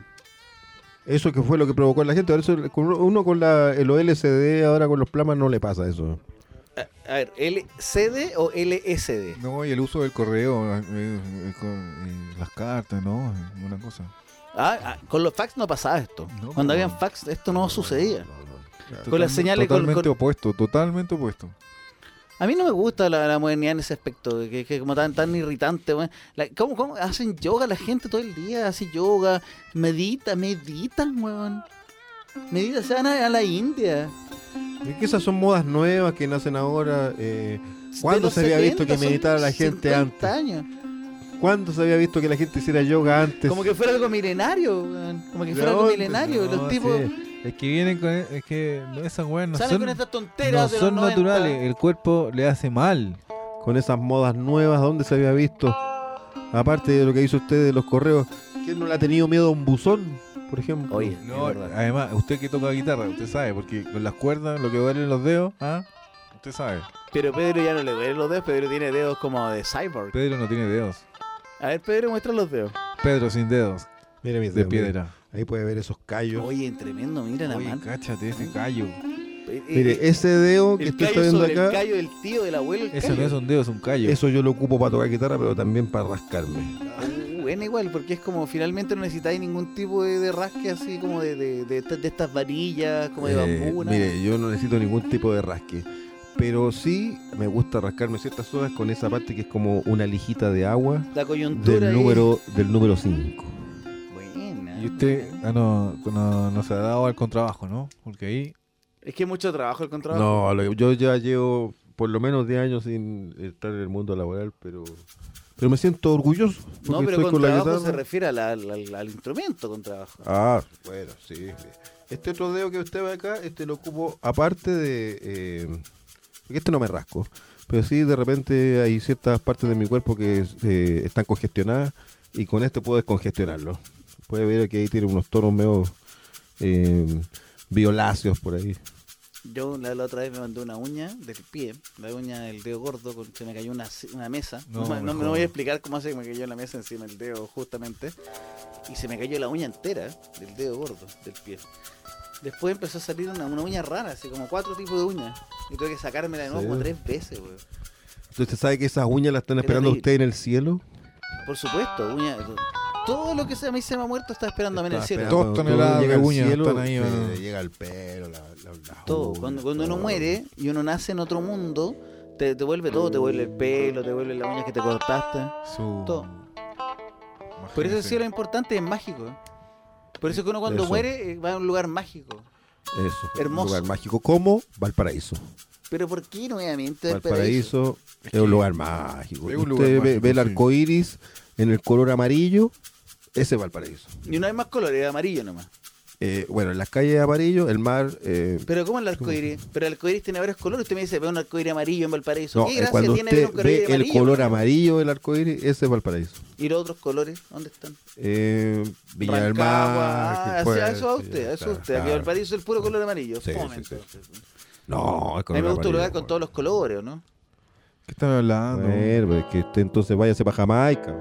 Speaker 3: eso que fue lo que provocó en la gente. Por eso con- uno con la, el L C D, ahora con los plasmas no le pasa eso.
Speaker 1: A, a ver, ¿L C D o L S D?
Speaker 2: No, y el uso del correo, eh, eh, con, eh, las cartas, ¿no? Es una cosa.
Speaker 1: Ah, ah, con los fax no pasaba esto.
Speaker 2: No,
Speaker 1: Cuando
Speaker 2: po.
Speaker 1: habían fax, esto no sucedía. Con
Speaker 2: Total-
Speaker 1: las señales, con-
Speaker 2: Totalmente
Speaker 1: con-
Speaker 2: opuesto, totalmente opuesto.
Speaker 1: A mí no me gusta la, la modernidad en ese aspecto, de que, que como tan, tan irritante, weón. La- ¿cómo, ¿Cómo hacen yoga la gente todo el día? Hace yoga, medita, meditan, weón. Medita, se van a, a la India.
Speaker 3: Es que esas son modas nuevas que nacen ahora. Eh,
Speaker 1: De
Speaker 3: ¿Cuándo
Speaker 1: los
Speaker 3: se había visto
Speaker 1: setenta,
Speaker 3: que meditara
Speaker 1: son
Speaker 3: la gente
Speaker 1: cincuenta
Speaker 3: antes?
Speaker 1: años.
Speaker 3: ¿Cuándo se había visto que la gente hiciera yoga antes?
Speaker 1: Como que fuera algo milenario, weón. Como que fuera
Speaker 3: No,
Speaker 1: algo milenario.
Speaker 2: no,
Speaker 1: los tipos
Speaker 2: sí. Es que vienen con. Es que no, esas weas no
Speaker 1: salen
Speaker 2: son,
Speaker 1: con estas
Speaker 2: no
Speaker 1: tonteras de
Speaker 2: son
Speaker 1: los noventa.
Speaker 2: naturales. El cuerpo le hace mal.
Speaker 3: Con esas modas nuevas, ¿dónde se había visto? Aparte de lo que hizo usted de los correos, ¿quién no le ha tenido miedo a un buzón, por ejemplo?
Speaker 1: Oye,
Speaker 2: No,
Speaker 1: es verdad.
Speaker 2: además, usted que toca guitarra, usted sabe, porque con las cuerdas, lo que duelen los dedos, ¿ah? Usted sabe.
Speaker 1: Pero Pedro ya no le duelen los dedos, Pedro tiene dedos como de cyborg.
Speaker 2: Pedro no tiene dedos.
Speaker 1: A ver, Pedro, muestra los dedos.
Speaker 2: Pedro sin dedos,
Speaker 3: Mire mis
Speaker 2: de
Speaker 3: dedos, mire.
Speaker 2: piedra.
Speaker 3: Ahí puede ver esos callos.
Speaker 1: Oye, tremendo, mira la
Speaker 2: Oye,
Speaker 1: mano.
Speaker 2: cáchate ese callo.
Speaker 1: Eh,
Speaker 3: Mire,
Speaker 1: eh,
Speaker 3: ese dedo que
Speaker 1: el
Speaker 3: usted está
Speaker 1: callo
Speaker 3: viendo
Speaker 1: sobre el
Speaker 3: acá,
Speaker 1: callo del tío, del abuelo, el
Speaker 2: Eso
Speaker 1: callo.
Speaker 2: no es un dedo, es un callo.
Speaker 3: eso yo lo ocupo para tocar guitarra, pero también para rascarme.
Speaker 1: Uh, bueno, igual, porque es como finalmente no necesitáis ningún tipo de, de rasque así como de, de, de, de estas varillas, como de
Speaker 3: Eh,
Speaker 1: bambú. nada.
Speaker 3: mire, yo no necesito ningún tipo de rasque. Pero sí me gusta rascarme ciertas zonas con esa parte que es como una lijita de agua
Speaker 1: La coyuntura
Speaker 3: del
Speaker 1: ahí.
Speaker 3: número del número cinco.
Speaker 1: Buena.
Speaker 2: Y usted ah, no, no, no se ha dado al contrabajo, ¿no? Porque ahí.
Speaker 1: Es que es mucho trabajo el contrabajo.
Speaker 3: No, lo que- yo ya llevo por lo menos diez años sin estar en el mundo laboral, pero pero me siento orgulloso porque
Speaker 1: No, pero
Speaker 3: estoy
Speaker 1: con
Speaker 3: con la
Speaker 1: trabajo
Speaker 3: guitarra.
Speaker 1: se refiere al, al, al- al instrumento con trabajo.
Speaker 3: Ah, bueno, sí. Este otro dedo que usted ve acá, este lo ocupo aparte de... eh, porque este no me rasco, pero sí de repente hay ciertas partes de mi cuerpo que eh, están congestionadas y con este puedo descongestionarlo. Puede ver que ahí tiene unos tonos medio eh, violáceos por ahí.
Speaker 1: Yo la, la otra vez me mandé una uña del pie, la uña del dedo gordo, con, se me cayó una, una mesa.
Speaker 2: No,
Speaker 1: No, me- no,
Speaker 2: mejor.
Speaker 1: no voy a explicar cómo hace que me cayó la mesa encima del dedo justamente. Y se me cayó la uña entera del dedo gordo del pie. Después empezó a salir una, una uña rara, así como cuatro tipos de uñas. Y tuve que sacármela de nuevo
Speaker 3: ¿Sí?
Speaker 1: como tres veces, weón.
Speaker 3: Entonces, ¿usted sabe que esas uñas las están
Speaker 1: Era
Speaker 3: esperando a
Speaker 1: terrible.
Speaker 3: usted en el cielo?
Speaker 1: Por supuesto, uña. Todo lo que se, a mí se me ha muerto está esperándome en el
Speaker 3: Estaba
Speaker 1: cielo.
Speaker 3: esperando
Speaker 2: Dos
Speaker 3: cuando
Speaker 2: toneladas
Speaker 3: uno llega
Speaker 2: de
Speaker 3: al
Speaker 2: uñas
Speaker 3: cielo,
Speaker 2: están ahí,
Speaker 3: sí,
Speaker 2: ¿no?
Speaker 3: le llega el pelo, la, la, las
Speaker 1: Todo.
Speaker 3: uñas,
Speaker 1: Cuando, cuando uno
Speaker 3: todo.
Speaker 1: muere y uno nace en otro mundo, te, te vuelve todo, te vuelve el pelo, te vuelve las uñas que te cortaste.
Speaker 2: Su...
Speaker 1: Todo. Por eso el
Speaker 2: Imagínese.
Speaker 1: cielo es importante, es mágico. ¿eh? Por eso que uno cuando
Speaker 3: Eso.
Speaker 1: muere eh, va a un lugar mágico.
Speaker 3: Eso,
Speaker 1: Hermoso.
Speaker 3: un lugar mágico como Valparaíso.
Speaker 1: Pero ¿por qué nuevamente Valparaíso?
Speaker 3: Valparaíso es un lugar mágico.
Speaker 2: Es un
Speaker 3: Usted
Speaker 2: lugar
Speaker 3: ve,
Speaker 2: mágico,
Speaker 3: ve el
Speaker 2: sí.
Speaker 3: arco iris en el color amarillo, ese es Valparaíso.
Speaker 1: Y no hay más colores, es amarillo nomás.
Speaker 3: Eh, bueno, en las calles es amarillo, el mar. eh,
Speaker 1: Pero ¿cómo el arcoíris? Pero el arcoíris tiene varios colores. Usted me dice, ve un arcoíris amarillo en Valparaíso.
Speaker 3: no,
Speaker 1: ¿Qué
Speaker 3: eh,
Speaker 1: gracia
Speaker 3: cuando
Speaker 1: tiene ver
Speaker 3: usted
Speaker 1: un arcoíris
Speaker 3: ve el
Speaker 1: amarillo?
Speaker 3: color amarillo del arco iris, ese es Valparaíso.
Speaker 1: ¿Y los otros colores? ¿Dónde están?
Speaker 3: Eh, Viña del
Speaker 1: Rancagua,
Speaker 3: Mar.
Speaker 1: ah,
Speaker 3: que
Speaker 1: a
Speaker 3: puede-
Speaker 1: eso a
Speaker 3: sí,
Speaker 1: usted, a eso a
Speaker 3: claro,
Speaker 1: usted. Aquí
Speaker 3: claro.
Speaker 1: Valparaíso es el puro color amarillo.
Speaker 3: Sí,
Speaker 1: Fome,
Speaker 3: sí, sí.
Speaker 1: entonces.
Speaker 3: No, el
Speaker 1: A
Speaker 3: color
Speaker 1: mí me gusta un lugar
Speaker 3: amarillo,
Speaker 1: con todos los colores, ¿o no?
Speaker 2: ¿Qué están hablando?
Speaker 3: Bueno, pues que usted entonces váyase para Jamaica.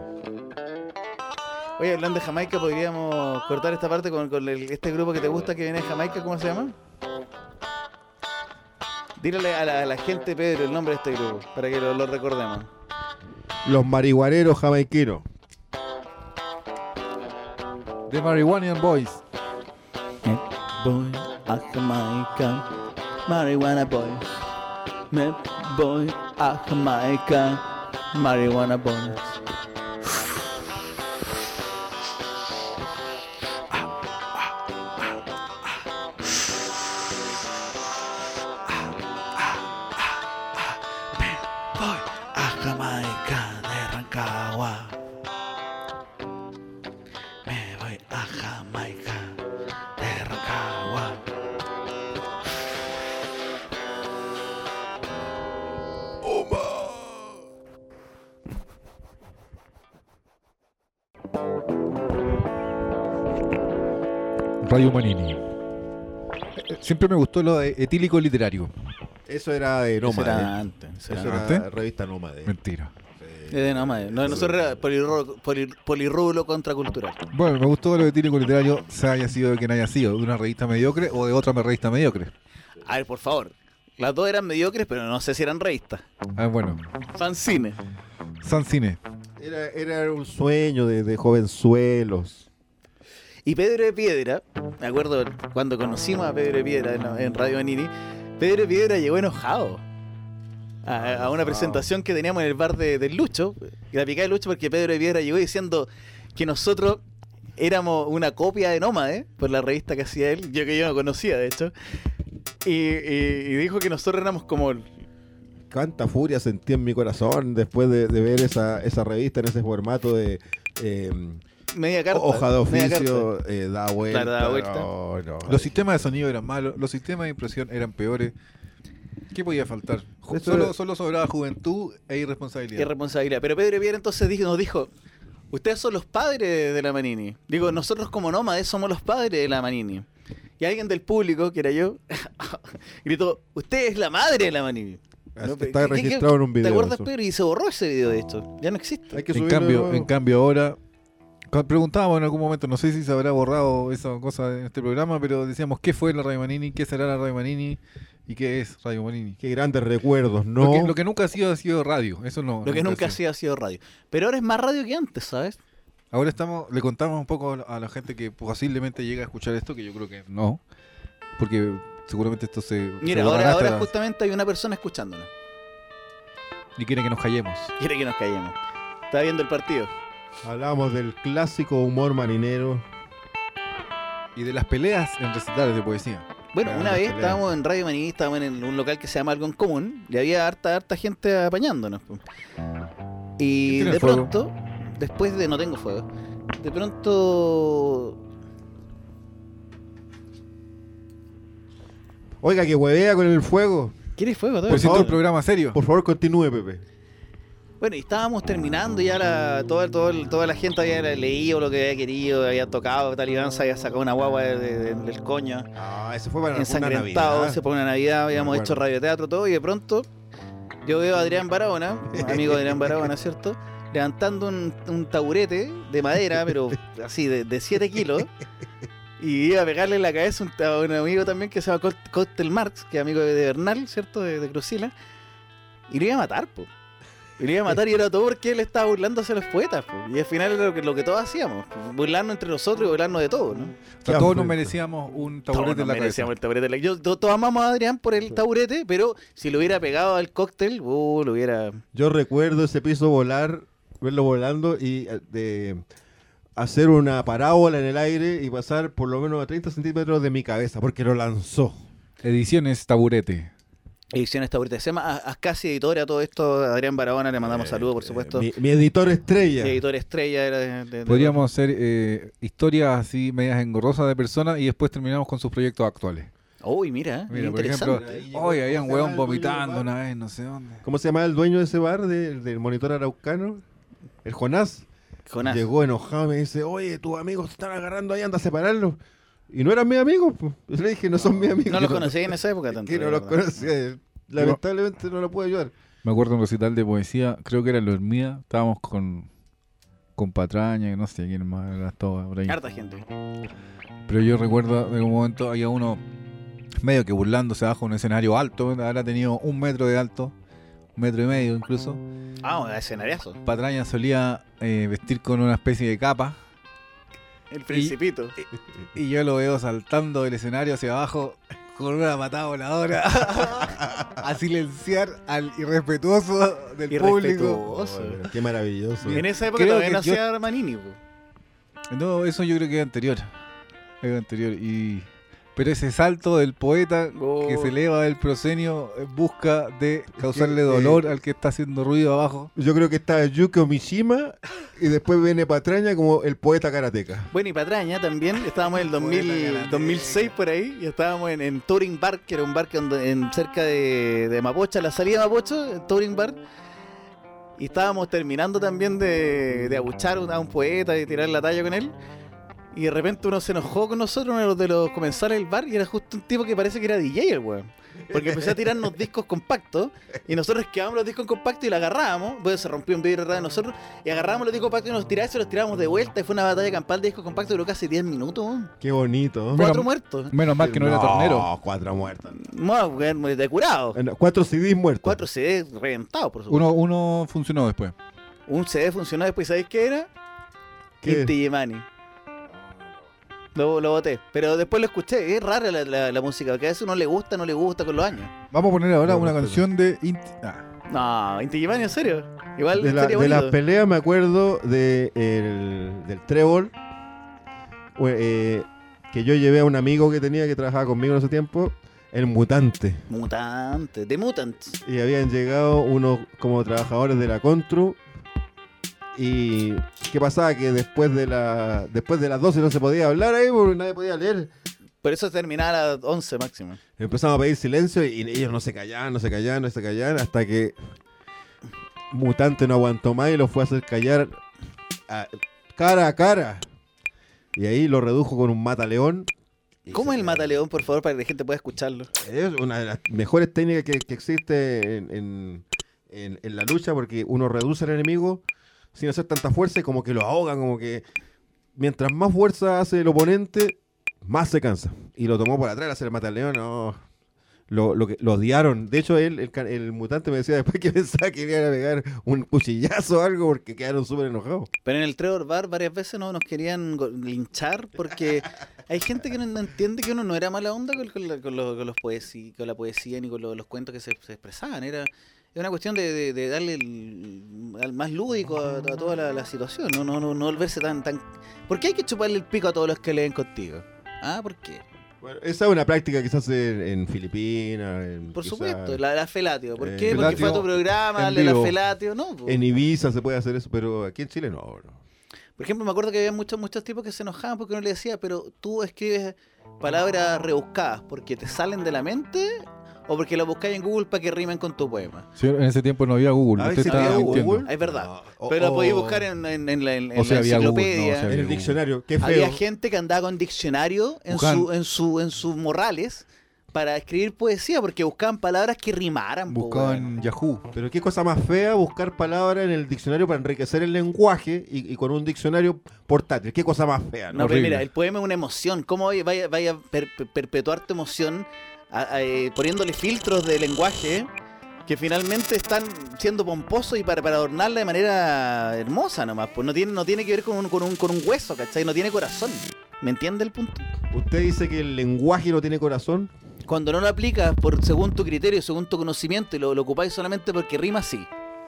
Speaker 1: Oye, hablando de Jamaica, podríamos cortar esta parte con, con el- este grupo que te gusta que viene de Jamaica, ¿cómo se llama? Dile a la, a la gente, Pedro, el nombre de este grupo, para que lo, lo recordemos.
Speaker 3: Los marihuaneros jamaiquinos.
Speaker 2: The Marihuanian Boys.
Speaker 1: Voy a Jamaica, Marihuana Boys. Me voy a Jamaica, Marihuana Boys. Voy a Jamaica de Rancagua. Me voy a Jamaica de Rancagua.
Speaker 2: Radio Manini. Eh, Siempre me gustó lo de etílico literario.
Speaker 3: Eso era de
Speaker 1: Eso
Speaker 3: Nómade.
Speaker 1: era antes. Eso
Speaker 3: Eso
Speaker 1: era
Speaker 3: era
Speaker 2: ¿Antes?
Speaker 3: revista Nómade.
Speaker 2: Mentira.
Speaker 1: Es de Nómade. No, nosotros era polirrulo, polir, polirrulo contracultural.
Speaker 2: Bueno, me gustó lo de etílico literario, se haya sido de quien haya sido, de una revista mediocre o de otra revista mediocre.
Speaker 1: A ver, por favor. Las dos eran mediocres, pero no sé si eran revistas.
Speaker 2: Ah, bueno,
Speaker 1: Fanzine.
Speaker 2: San Cine.
Speaker 3: Era, era un sueño de, de jovenzuelos.
Speaker 1: Y Pedro de Piedra, me acuerdo cuando conocimos a Pedro de Piedra en, en Radio Manini, Pedro de Piedra llegó enojado a, a una presentación que teníamos en el bar de, del Lucho, la picada de Lucho, porque Pedro de Piedra llegó diciendo que nosotros éramos una copia de Nómade, por la revista que hacía él, yo que yo no conocía de hecho, y, y, y dijo que nosotros éramos como...
Speaker 3: Cuánta furia sentí en mi corazón después de, de ver esa, esa revista en ese formato de eh,
Speaker 1: media carta.
Speaker 3: hoja de
Speaker 1: media
Speaker 3: oficio,
Speaker 1: carta.
Speaker 3: eh, da vuelta.
Speaker 1: Claro, da vuelta.
Speaker 3: No, no.
Speaker 2: Los sistemas de sonido eran malos, los sistemas de impresión eran peores. ¿Qué podía faltar? Ju-
Speaker 3: Eso
Speaker 2: Solo,
Speaker 3: era-
Speaker 2: solo sobraba juventud e irresponsabilidad.
Speaker 1: Irresponsabilidad. Pero Pedro de Piedra entonces dijo, nos dijo, ustedes son los padres de la Manini. Digo, nosotros como nómades somos los padres de la Manini. Y alguien del público, que era yo, gritó, usted es la madre de la Manini. No,
Speaker 3: Está
Speaker 1: ¿qué- qué-
Speaker 3: registrado en un video.
Speaker 1: ¿Te acuerdas,
Speaker 3: eso.
Speaker 1: Pedro? Y se borró ese video, de hecho. Ya no existe.
Speaker 3: Hay que
Speaker 2: En
Speaker 3: subirlo de
Speaker 2: cambio,
Speaker 3: nuevo.
Speaker 2: en cambio ahora, cu- preguntábamos en algún momento, no sé si se habrá borrado esa cosa en este programa, pero decíamos qué fue la Radio Manini, qué será la Radio Manini y qué es Radio Manini.
Speaker 3: Qué grandes recuerdos, ¿no?
Speaker 2: Lo, que, lo que nunca ha sido ha sido radio, eso no.
Speaker 1: Lo que nunca ha
Speaker 2: ha sido.
Speaker 1: sido ha sido radio. Pero ahora es más radio que antes, ¿sabes?
Speaker 2: Ahora estamos, le contamos un poco a la gente que posiblemente llega a escuchar esto, que yo creo que no, porque seguramente esto se...
Speaker 1: Mira,
Speaker 2: se borrará
Speaker 1: ahora, ahora
Speaker 2: hasta-
Speaker 1: justamente hay una persona escuchándonos.
Speaker 2: y quiere que nos callemos.
Speaker 1: Quiere que nos callemos. Está viendo el partido.
Speaker 3: Hablamos del clásico humor marinero.
Speaker 2: Y de las peleas en recitales de poesía.
Speaker 1: Bueno,
Speaker 3: Ah,
Speaker 1: una
Speaker 3: las
Speaker 1: vez
Speaker 3: peleas.
Speaker 1: estábamos en Radio Manini, estábamos en un local que se llama Algo en Común, y había harta, harta gente apañándonos. po. Y
Speaker 2: ¿Quién tiene
Speaker 1: de
Speaker 2: el fuego?
Speaker 1: pronto, después de... No tengo fuego. De pronto...
Speaker 3: Oiga, que huevea con el fuego.
Speaker 1: ¿Quieres fuego?
Speaker 2: Por
Speaker 1: todavía?
Speaker 2: cierto,
Speaker 3: favor.
Speaker 2: el programa serio.
Speaker 3: Por favor, continúe, Pepe.
Speaker 1: Bueno, y estábamos terminando ya la, toda, todo el- toda la gente había leído lo que había querido, había tocado, Talibán se había sacado una guagua de- de- del coño,
Speaker 3: Ah, ese fue para una
Speaker 1: ensangrentado,
Speaker 3: Navidad.
Speaker 1: se pone una Navidad, habíamos
Speaker 3: acuerdo.
Speaker 1: hecho radioteatro, todo, y de pronto yo veo a Adrián Barahona, amigo de Adrián Barahona, ¿cierto? Levantando un, un taburete de madera, pero así, de siete kilos, y iba a pegarle en la cabeza un- a un amigo también que se llama Cost- Costel Marx, que es amigo de Bernal, ¿cierto? De, de Cruzila, y lo iba a matar, po. Y lo iba a matar y era todo porque él estaba burlándose de los poetas, po. Y al final era lo que, lo que todos hacíamos, po, burlarnos entre nosotros y burlarnos de todo, ¿no?
Speaker 2: O sea,
Speaker 3: Ya
Speaker 2: todos
Speaker 3: fue.
Speaker 2: nos merecíamos un
Speaker 1: Todos
Speaker 2: taburete
Speaker 1: nos
Speaker 2: en la cabeza.
Speaker 1: merecíamos el taburete en la- Yo, to- todos amamos a Adrián por el taburete, pero si lo hubiera pegado al cóctel, uh, lo hubiera...
Speaker 3: Yo recuerdo ese piso volar, verlo volando y eh, de hacer una parábola en el aire y pasar por lo menos a treinta centímetros de mi cabeza, porque lo lanzó.
Speaker 2: Ediciones Taburete.
Speaker 1: Ediciones taburete. Se llama A- Ascasi Editora, todo esto. Adrián Barahona, le mandamos saludos, por supuesto.
Speaker 3: Mi, mi editor estrella.
Speaker 1: Mi editor estrella era de, de- de-
Speaker 2: Podríamos hacer eh, historias así medias engorrosas de personas y después terminamos con sus proyectos actuales.
Speaker 1: Uy, mira,
Speaker 2: Mira, por
Speaker 1: interesante.
Speaker 2: ejemplo,
Speaker 3: Ahí llegó-
Speaker 2: hoy había un
Speaker 3: ¿cómo se
Speaker 2: hueón
Speaker 3: llama el dueño
Speaker 2: vomitando
Speaker 3: del bar?
Speaker 2: una vez, no sé dónde.
Speaker 3: ¿Cómo se llama el dueño de ese bar, de- del monitor araucano? El Jonás.
Speaker 1: Jonás.
Speaker 3: Llegó enojado y me dice, oye, tus amigos se están agarrando ahí, anda a separarlos. Y no eran mis amigos. Pues. Yo le dije, no son mis amigos.
Speaker 1: No los conocí en esa época tanto.
Speaker 3: Que no
Speaker 1: de
Speaker 3: los
Speaker 1: verdad.
Speaker 3: conocía. Lamentablemente no lo pude ayudar.
Speaker 2: Me acuerdo un recital de poesía, creo que era en la Hormida, estábamos con, con Patraña y no sé quién más era todo por ahí.
Speaker 1: Harta gente.
Speaker 2: Pero yo recuerdo en un momento había uno medio que burlándose abajo de un escenario alto, habrá tenido un metro de alto, un metro y medio incluso.
Speaker 1: Ah, un escenariazo.
Speaker 2: Patraña solía eh, vestir con una especie de capa
Speaker 1: El Principito.
Speaker 2: y yo lo veo saltando del escenario hacia abajo con una patada voladora a silenciar al irrespetuoso del público.
Speaker 1: Irrespetuoso.
Speaker 3: Oh, qué maravilloso.
Speaker 1: En esa época
Speaker 2: Creo
Speaker 1: todavía no
Speaker 2: que yo-
Speaker 1: hacía Manini, po.
Speaker 2: No, eso yo creo que es anterior. Es anterior. Y... Pero ese salto del poeta
Speaker 1: Oh.
Speaker 2: que se eleva del proscenio en busca de causarle
Speaker 3: que, eh,
Speaker 2: dolor al que está haciendo ruido abajo.
Speaker 3: Yo creo que está Yukio Mishima y después viene Patraña como el poeta karateca.
Speaker 1: Bueno, y Patraña también, estábamos en el dos mil,
Speaker 2: Poeta
Speaker 1: dos mil seis por ahí, y estábamos en, en Touring Bar, que era un bar que donde- en, cerca de, de Mapocha, la salida de Mapocho, el Touring Bar, y estábamos terminando también de, de abuchar a un poeta y tirar la talla con él, Y de repente uno se enojó con nosotros, uno de los, de los comensales del bar, y era justo un tipo que parece que era D J el weón. Porque empezó a tirarnos discos compactos, y nosotros esquivábamos los discos compactos y los agarrábamos, pues se rompió un vidrio atrás de nosotros, y agarrábamos los discos compactos y nos tirábamos y los tirábamos de vuelta, y fue una batalla campal de discos compactos que duró casi diez minutos, weón.
Speaker 3: Qué bonito.
Speaker 1: Cuatro muertos.
Speaker 2: Menos mal que no, era tornero.
Speaker 3: No, cuatro muertos.
Speaker 1: No, weón, de curado.
Speaker 3: Eh, no, Cuatro C Ds muertos.
Speaker 1: Cuatro C Ds reventados, por supuesto.
Speaker 2: Uno, uno funcionó después.
Speaker 1: Un C D funcionó después, ¿sabéis qué era?
Speaker 3: ¿Qué?
Speaker 1: Inti Gimani. Lo, lo boté, pero después lo escuché. Es rara la, la, la música, porque a veces uno le gusta, no le gusta con los años.
Speaker 2: Vamos a poner ahora
Speaker 3: No,
Speaker 2: una
Speaker 3: no,
Speaker 2: canción de Inti... Ah.
Speaker 1: No, Inti Gimani, en serio. Igual
Speaker 3: De, la,
Speaker 1: sería
Speaker 3: de las
Speaker 1: bonito.
Speaker 3: peleas me acuerdo de el, del trébol, eh, que yo llevé a un amigo que tenía que trabajaba conmigo en ese tiempo, el Mutante.
Speaker 1: Mutante, de Mutants.
Speaker 3: Y habían llegado unos como trabajadores de la Contru. Y ¿qué pasaba? Que después de la después de las doce no se podía hablar ahí porque nadie podía leer.
Speaker 1: Por eso terminaba a las once máximo.
Speaker 3: Empezamos a pedir silencio y ellos no se callaban, no se callaban, no se callaban, hasta que Mutante no aguantó más y lo fue a hacer callar a- cara a cara. Y ahí lo redujo con un mataleón. Y
Speaker 1: ¿Cómo
Speaker 3: se
Speaker 1: es el
Speaker 3: quedaron.
Speaker 1: mataleón, por favor, para que la gente pueda escucharlo?
Speaker 3: Es una de las mejores técnicas que, que existe en, en- en- en la lucha, porque uno reduce al enemigo sin hacer tanta fuerza y como que lo ahogan, como que mientras más fuerza hace el oponente, más se cansa. Y lo tomó por atrás al hacer el mataleón, no. Lo, lo, que, lo odiaron. De hecho, él, el, ca- el mutante me decía después que pensaba que iban a pegar un cuchillazo o algo porque quedaron súper enojados.
Speaker 1: Pero en el Trevor Bar varias veces no nos querían go- linchar porque hay gente que no, no entiende que uno no era mala onda con, con, la- con los, con los poesí- con la poesía ni con lo- los cuentos que se, se expresaban. Era, era una cuestión de, de- de darle el, al más lúdico a, a toda la, la situación. No, no, no, no volverse tan, tan... ¿Por qué hay que chuparle el pico a todos los que leen contigo? ¿Ah? ¿Por qué?
Speaker 3: Bueno, esa es una práctica que se hace en, en Filipinas. En,
Speaker 1: Por
Speaker 3: quizá
Speaker 1: supuesto, la, la felatio. ¿Por
Speaker 3: eh,
Speaker 1: qué? Porque fue a tu
Speaker 2: felatio
Speaker 1: programa,
Speaker 2: en
Speaker 1: dale la
Speaker 2: vivo.
Speaker 1: felatio. No, po.
Speaker 3: En Ibiza se puede hacer eso, pero aquí en Chile no. no.
Speaker 1: Por ejemplo, me acuerdo que había muchos muchos tipos que se enojaban porque uno le decía, pero tú escribes palabras rebuscadas porque te salen de la mente o porque las buscáis en Google para que rimen con tu poema.
Speaker 2: Sí, en ese tiempo no había Google.
Speaker 3: A ver
Speaker 2: Usted
Speaker 3: si
Speaker 2: está
Speaker 3: había
Speaker 2: mintiendo.
Speaker 3: Google.
Speaker 1: Es verdad.
Speaker 3: No, o-
Speaker 1: Pero la
Speaker 3: o-
Speaker 1: podéis buscar en, en, en la, en
Speaker 2: O sea,
Speaker 1: la
Speaker 2: había Google,
Speaker 1: enciclopedia.
Speaker 2: no, o sea,
Speaker 3: En el
Speaker 2: Google.
Speaker 3: diccionario, qué feo.
Speaker 1: Había gente que andaba con diccionario en,
Speaker 2: Buscaban-
Speaker 1: su, en, su, en sus morrales para escribir poesía porque buscaban palabras que rimaran. po,
Speaker 2: Buscaba
Speaker 1: weón.
Speaker 2: en Yahoo.
Speaker 3: Pero qué cosa más fea buscar palabras en el diccionario para enriquecer el lenguaje y, y con un diccionario portátil. Qué cosa más fea,
Speaker 1: No,
Speaker 3: ¿no?
Speaker 1: pero
Speaker 2: Horrible.
Speaker 1: mira, el poema es una emoción. ¿Cómo vaya, vaya, vaya a per- per- perpetuar tu emoción a- a- eh, poniéndole filtros de lenguaje que finalmente están siendo pomposos y para, para adornarla de manera hermosa nomás? Pues no tiene, no tiene que ver con un, con, un, con un hueso, ¿cachai? No tiene corazón. ¿Me entiende el punto?
Speaker 3: Usted dice que el lenguaje no tiene corazón.
Speaker 1: Cuando no lo aplicas por según tu criterio, según tu conocimiento y lo, lo ocupáis solamente porque rima, sí.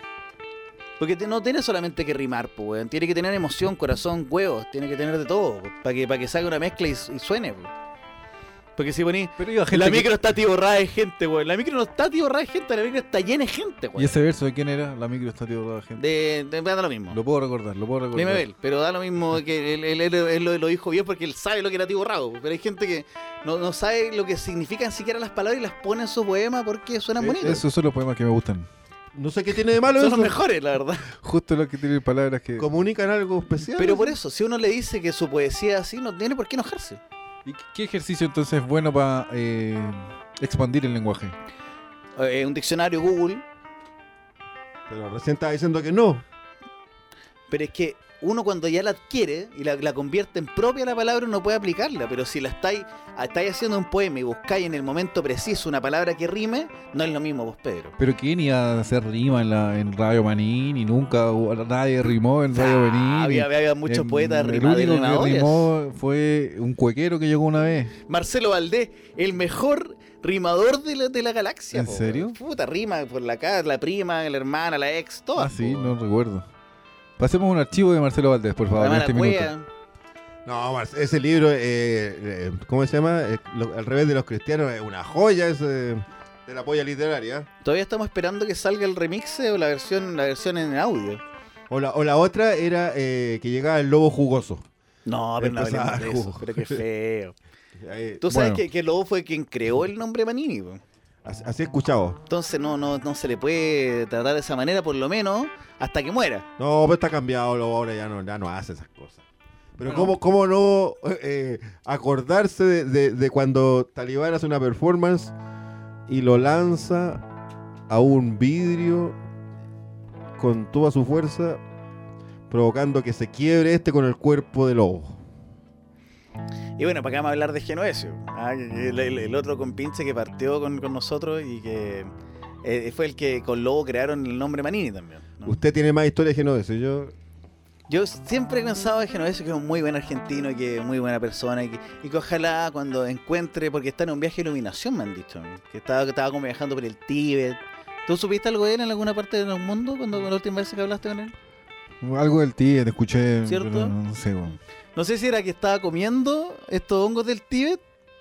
Speaker 1: Porque te- no tiene solamente que rimar, pues, weón. Tiene que tener emoción, corazón, huevos. Tiene que tener de todo, para que, para que salga una mezcla y, y suene, pues. Porque si ponís...
Speaker 2: Pero iba
Speaker 1: La
Speaker 2: gente que-
Speaker 1: micro está atiborrada de gente, weón. La micro no está atiborrada de gente, la micro está llena de gente,
Speaker 2: ¿Y
Speaker 1: weón.
Speaker 2: ese verso de quién era? La micro está tío, la gente.
Speaker 1: De, de, da lo mismo.
Speaker 2: Lo puedo recordar, lo puedo recordar.
Speaker 1: Dime Bel, pero da lo mismo que él, él- él- él lo, lo dijo bien porque él sabe lo que era atiborrado. Pero hay gente que no, no sabe lo que significan siquiera las palabras y las pone en su poema porque suenan
Speaker 2: Eh,
Speaker 1: bonitos.
Speaker 2: Esos son los poemas que me gustan.
Speaker 3: No sé qué tiene de malo
Speaker 1: Son
Speaker 3: eso.
Speaker 1: los mejores, la verdad.
Speaker 2: Justo los que tienen palabras que...
Speaker 3: Comunican algo especial.
Speaker 1: Pero por eso, si uno le dice que su poesía es así, no tiene por qué enojarse.
Speaker 2: ¿Y qué ejercicio entonces es bueno para eh, expandir el lenguaje?
Speaker 1: Eh, un diccionario Google,
Speaker 3: Pero recién estaba diciendo que no.
Speaker 1: pero es que uno cuando ya la adquiere y la, la convierte en propia la palabra, uno puede aplicarla. Pero si la estáis, estáis haciendo un poema y buscáis en el momento preciso una palabra que rime, no es lo mismo vos, Pedro.
Speaker 2: Pero ¿quién iba a hacer rima en, la, en Radio Manín? Y nunca hubo- nadie rimó en Radio
Speaker 1: Ah,
Speaker 2: Manín.
Speaker 1: había, había, había muchos
Speaker 2: En-
Speaker 1: poetas
Speaker 2: El
Speaker 1: rima-
Speaker 2: único que
Speaker 1: rimadores.
Speaker 2: rimó fue un cuequero que llegó una vez.
Speaker 1: Marcelo Valdés, el mejor rimador de la, de la galaxia.
Speaker 2: ¿En
Speaker 1: po,
Speaker 2: serio?
Speaker 1: weón. Puta, rima por la casa, la prima, la hermana, la ex, todo.
Speaker 2: Ah, sí, no recuerdo. Pasemos un archivo de Marcelo Valdés, por favor, en
Speaker 1: La
Speaker 2: este
Speaker 1: mala
Speaker 2: minuto.
Speaker 1: cueva.
Speaker 3: No, Mar- ese libro, eh, eh, ¿cómo se llama? Eh, lo- al revés de los cristianos, es una joya ese de la polla literaria.
Speaker 1: Todavía estamos esperando que salga el remix o la versión, la versión en audio.
Speaker 3: O la, o la otra era eh, que llegaba el lobo jugoso.
Speaker 1: No, pero no
Speaker 3: Empezaba
Speaker 1: hablemos de eso.
Speaker 3: jugo.
Speaker 1: Pero qué feo.
Speaker 3: Ahí-
Speaker 1: Tú sabes
Speaker 2: Bueno.
Speaker 1: que, que Lobo fue quien creó el nombre Panini, po.
Speaker 3: así, así he escuchado.
Speaker 1: Entonces no, no, no se le puede tratar de esa manera, por lo menos, hasta que muera.
Speaker 3: No, pero está cambiado, lobo ahora ya no, ya no hace esas cosas. Pero
Speaker 1: Bueno.
Speaker 3: ¿cómo, cómo no eh, acordarse de, de- de cuando Talibán hace una performance y lo lanza a un vidrio con toda su fuerza, provocando que se quiebre este con el cuerpo del lobo?
Speaker 1: Y bueno, para acá vamos a hablar de Genovesio, ah, que- que el, el- el otro compinche que partió con, con nosotros y que eh, fue el que con Lobo crearon el nombre Manini también, ¿no?
Speaker 3: Usted tiene más historia que no eso. Yo
Speaker 1: Yo siempre he pensado de Genovesio que es un muy buen argentino y que es muy buena persona y que, y que ojalá cuando encuentre, porque está en un viaje de iluminación me han dicho, ¿no? que estaba, que estaba como viajando por el Tíbet. ¿Tú supiste algo de él en alguna parte del mundo cuando la última vez que hablaste con él?
Speaker 2: Algo del tío, te escuché.
Speaker 1: ¿Cierto?
Speaker 2: Pero no sé, weón.
Speaker 1: No sé si era que estaba comiendo estos hongos del Tíbet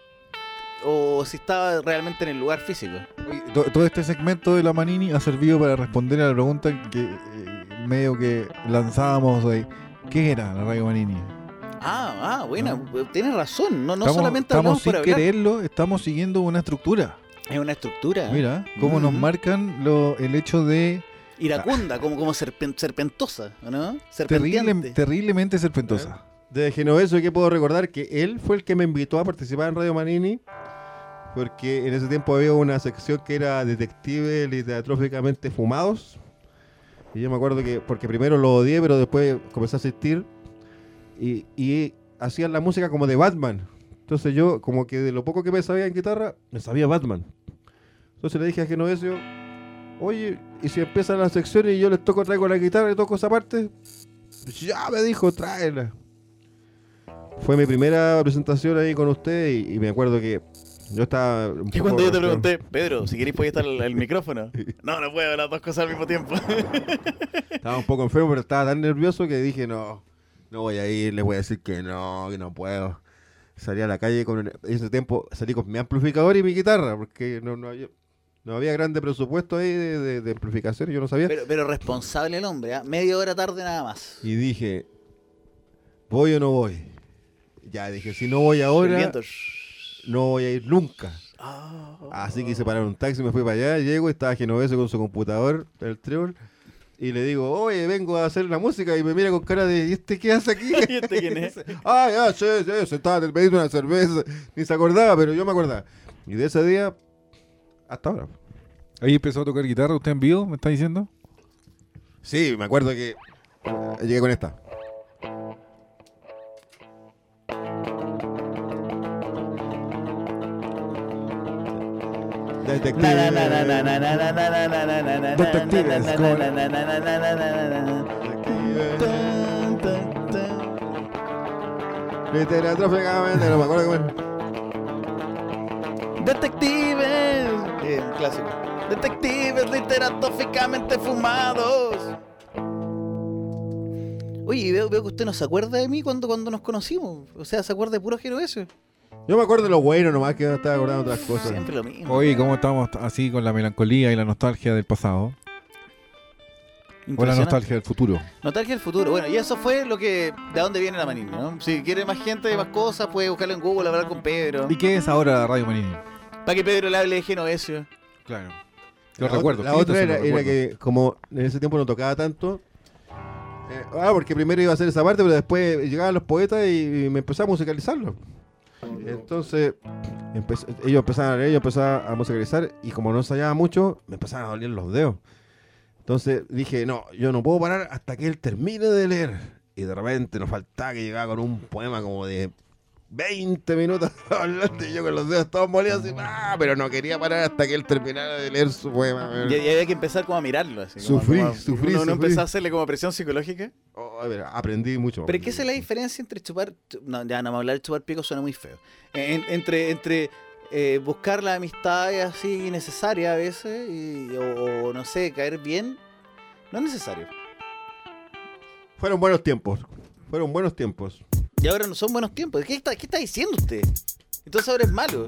Speaker 1: o si estaba realmente en el lugar físico.
Speaker 2: Oye, to- Todo este segmento de la Manini ha servido para responder a la pregunta que eh, medio que lanzábamos de ¿qué era la Radio Manini?
Speaker 1: Ah, ah, buena, tienes razón. No, no
Speaker 2: estamos
Speaker 1: solamente
Speaker 2: estamos
Speaker 1: hablamos
Speaker 2: sin
Speaker 1: por hablar.
Speaker 2: quererlo, estamos siguiendo una estructura.
Speaker 1: Es una estructura.
Speaker 2: Mira, cómo nos
Speaker 1: Mm.
Speaker 2: marcan lo, el hecho de
Speaker 1: Iracunda, como, como serpen- serpentosa, ¿no?
Speaker 2: terrible,
Speaker 1: Serpenteante.
Speaker 2: terriblemente serpentosa.
Speaker 3: de Genovesio que puedo recordar que él fue el que me invitó a participar en Radio Manini, porque en ese tiempo había una sección que era Detective Literatróficamente Fumados, y yo me acuerdo que, porque primero lo odié, pero después comencé a asistir, y, y hacían la música como de Batman. Entonces yo, como que de lo poco que me sabía en guitarra, me sabía Batman. Entonces le dije a Genovesio, oye, ¿y si empieza la sección y yo les toco, traigo la guitarra y toco esa parte? Ya, me dijo, tráela. Fue mi primera presentación ahí con usted y, y me acuerdo que yo estaba un
Speaker 1: Y
Speaker 3: poco
Speaker 1: cuando yo te
Speaker 3: rascado.
Speaker 1: pregunté, Pedro, si queréis podéis estar el, el micrófono. No, no puedo, las dos cosas al mismo tiempo.
Speaker 3: Estaba un poco enfermo, pero estaba tan nervioso que dije, no, no voy a ir, les voy a decir que no, que no puedo. Salí a la calle con, en ese tiempo salí con mi amplificador y mi guitarra, porque no, no, había, no había grande presupuesto ahí de, de, de amplificación, yo no sabía.
Speaker 1: Pero, pero responsable el hombre, ¿ah? Media hora tarde nada más.
Speaker 3: Y dije, ¿voy o no voy? Ya dije, si no voy
Speaker 1: El
Speaker 3: ahora,
Speaker 1: viento.
Speaker 3: no voy a ir nunca.
Speaker 1: Ah.
Speaker 3: Así que hice parar un taxi, me fui para allá, llego y estaba Genovesio con su computador, el Trébol, y le digo, oye, vengo a hacer la música, y me mira con cara de, ¿y este qué hace aquí?
Speaker 1: ¿Y este quién es?
Speaker 3: Ah, ya, sí, sí, sentado, te pedí una cerveza, ni se acordaba, pero yo me acordaba. Y de ese día, hasta ahora.
Speaker 2: Ahí empezó a tocar guitarra, ¿usted en vivo? ¿Me está diciendo?
Speaker 3: Sí, me acuerdo que eh, llegué con esta. Detective.
Speaker 1: Na, na, na, na, na, na, na, na, na, na, na, na, na,
Speaker 2: Detectives,
Speaker 1: na,
Speaker 2: ¿cómo?
Speaker 1: na, na, na, na, na, na, na, na, na. Tan, tan, tan.
Speaker 3: Literatróficamente, no me acuerdo cómo era.
Speaker 1: Detectives. Eh, un clásico. Detectives literatróficamente fumados. Oye, veo, veo que usted no se acuerda de mí cuando, cuando nos conocimos. O sea, se acuerda de puro Genovesio.
Speaker 3: Yo me acuerdo de lo bueno nomás, que me estaba acordando de otras cosas.
Speaker 1: Siempre lo mismo.
Speaker 2: Oye, ¿cómo estamos así con la melancolía y la nostalgia del pasado? O la
Speaker 1: Impresionante.
Speaker 2: nostalgia del futuro.
Speaker 1: Nostalgia del futuro. Bueno, y eso fue lo que... ¿De dónde viene la Manini, no? Si quiere más gente, más cosas, puede buscarlo en Google, hablar con Pedro.
Speaker 2: ¿Y qué es ahora Radio Manini?
Speaker 1: Para que Pedro le hable de Genovesio.
Speaker 2: Claro.
Speaker 3: La
Speaker 2: Los recuerdos.
Speaker 3: otra, la
Speaker 2: sí,
Speaker 3: otra
Speaker 2: entonces
Speaker 3: era,
Speaker 2: los
Speaker 3: era
Speaker 2: recuerdos.
Speaker 3: que como en ese tiempo no tocaba tanto. eh, ah, porque primero iba a hacer esa parte, pero después llegaban los poetas y, y me empecé a musicalizarlo. Entonces, empe- ellos empezaban a leer, yo empezaba a musicalizar y como no ensayaba mucho, me empezaban a doler los dedos. Entonces dije, no, yo no puedo parar hasta que él termine de leer. Y de repente nos faltaba que llegaba con un poema como de veinte minutos hablando y yo con los dedos todos molidos así, ah, pero no quería parar hasta que él terminara de leer su poema.
Speaker 1: Y, y había que empezar como a mirarlo. Así, como-
Speaker 3: Sufrí,
Speaker 1: como-
Speaker 3: sufrí,
Speaker 1: Uno, uno
Speaker 3: sufrí.
Speaker 1: empezó a hacerle como presión psicológica.
Speaker 3: Oh, a ver, aprendí mucho.
Speaker 1: Pero ¿qué es la diferencia entre chupar... No, ya no me hablar de chupar pico suena muy feo. En- entre entre eh, buscar la amistad así necesaria a veces y, o, o, no sé, caer bien. No es necesario.
Speaker 3: Fueron buenos tiempos. Fueron buenos tiempos.
Speaker 1: Y ahora no son buenos tiempos. ¿Qué está, qué está diciendo usted? Entonces ahora es malo.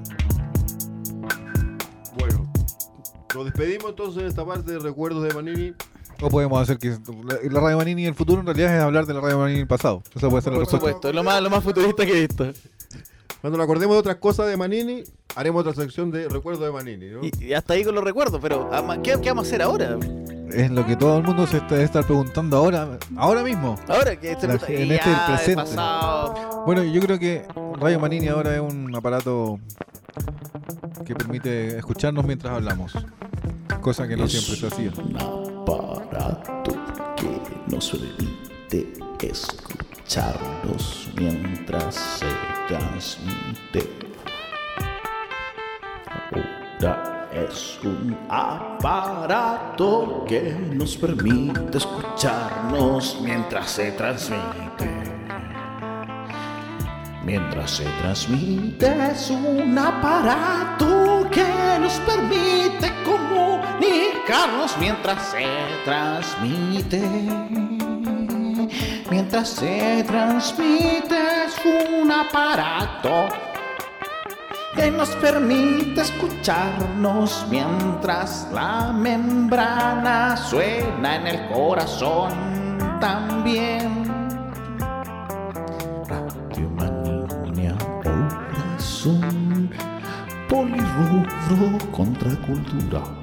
Speaker 3: Bueno, nos despedimos entonces de esta parte de recuerdos de Manini.
Speaker 2: O podemos hacer que la, la Radio Manini del futuro en realidad es hablar de la Radio Manini del pasado. Eso puede ser la
Speaker 1: Por
Speaker 2: respuesta.
Speaker 1: supuesto, es lo más, lo más futurista que he visto.
Speaker 3: Cuando nos acordemos de otras cosas de Manini, haremos otra sección de recuerdos de Manini, ¿no?
Speaker 1: Y, y hasta ahí con los recuerdos, pero ama- ¿qué, qué vamos a hacer ahora?
Speaker 2: Es lo que todo el mundo se está, debe estar preguntando ahora, ahora mismo.
Speaker 1: Ahora que este
Speaker 2: La-
Speaker 1: puta-
Speaker 2: en
Speaker 1: ya,
Speaker 2: este presente.
Speaker 1: pasado.
Speaker 2: Bueno, yo creo que Radio Manini ahora es un aparato que permite escucharnos mientras hablamos, cosa que no siempre se hacía.
Speaker 5: Un aparato que nos permite escucharnos mientras se transmite. Ahora es un aparato que nos permite escucharnos mientras se transmite. Mientras se transmite es un aparato que nos permite comunicarnos mientras se transmite. Mientras se transmite es un aparato que nos permite escucharnos mientras la membrana suena en el corazón también. Radio Manini ahora es un polirrubro contracultura.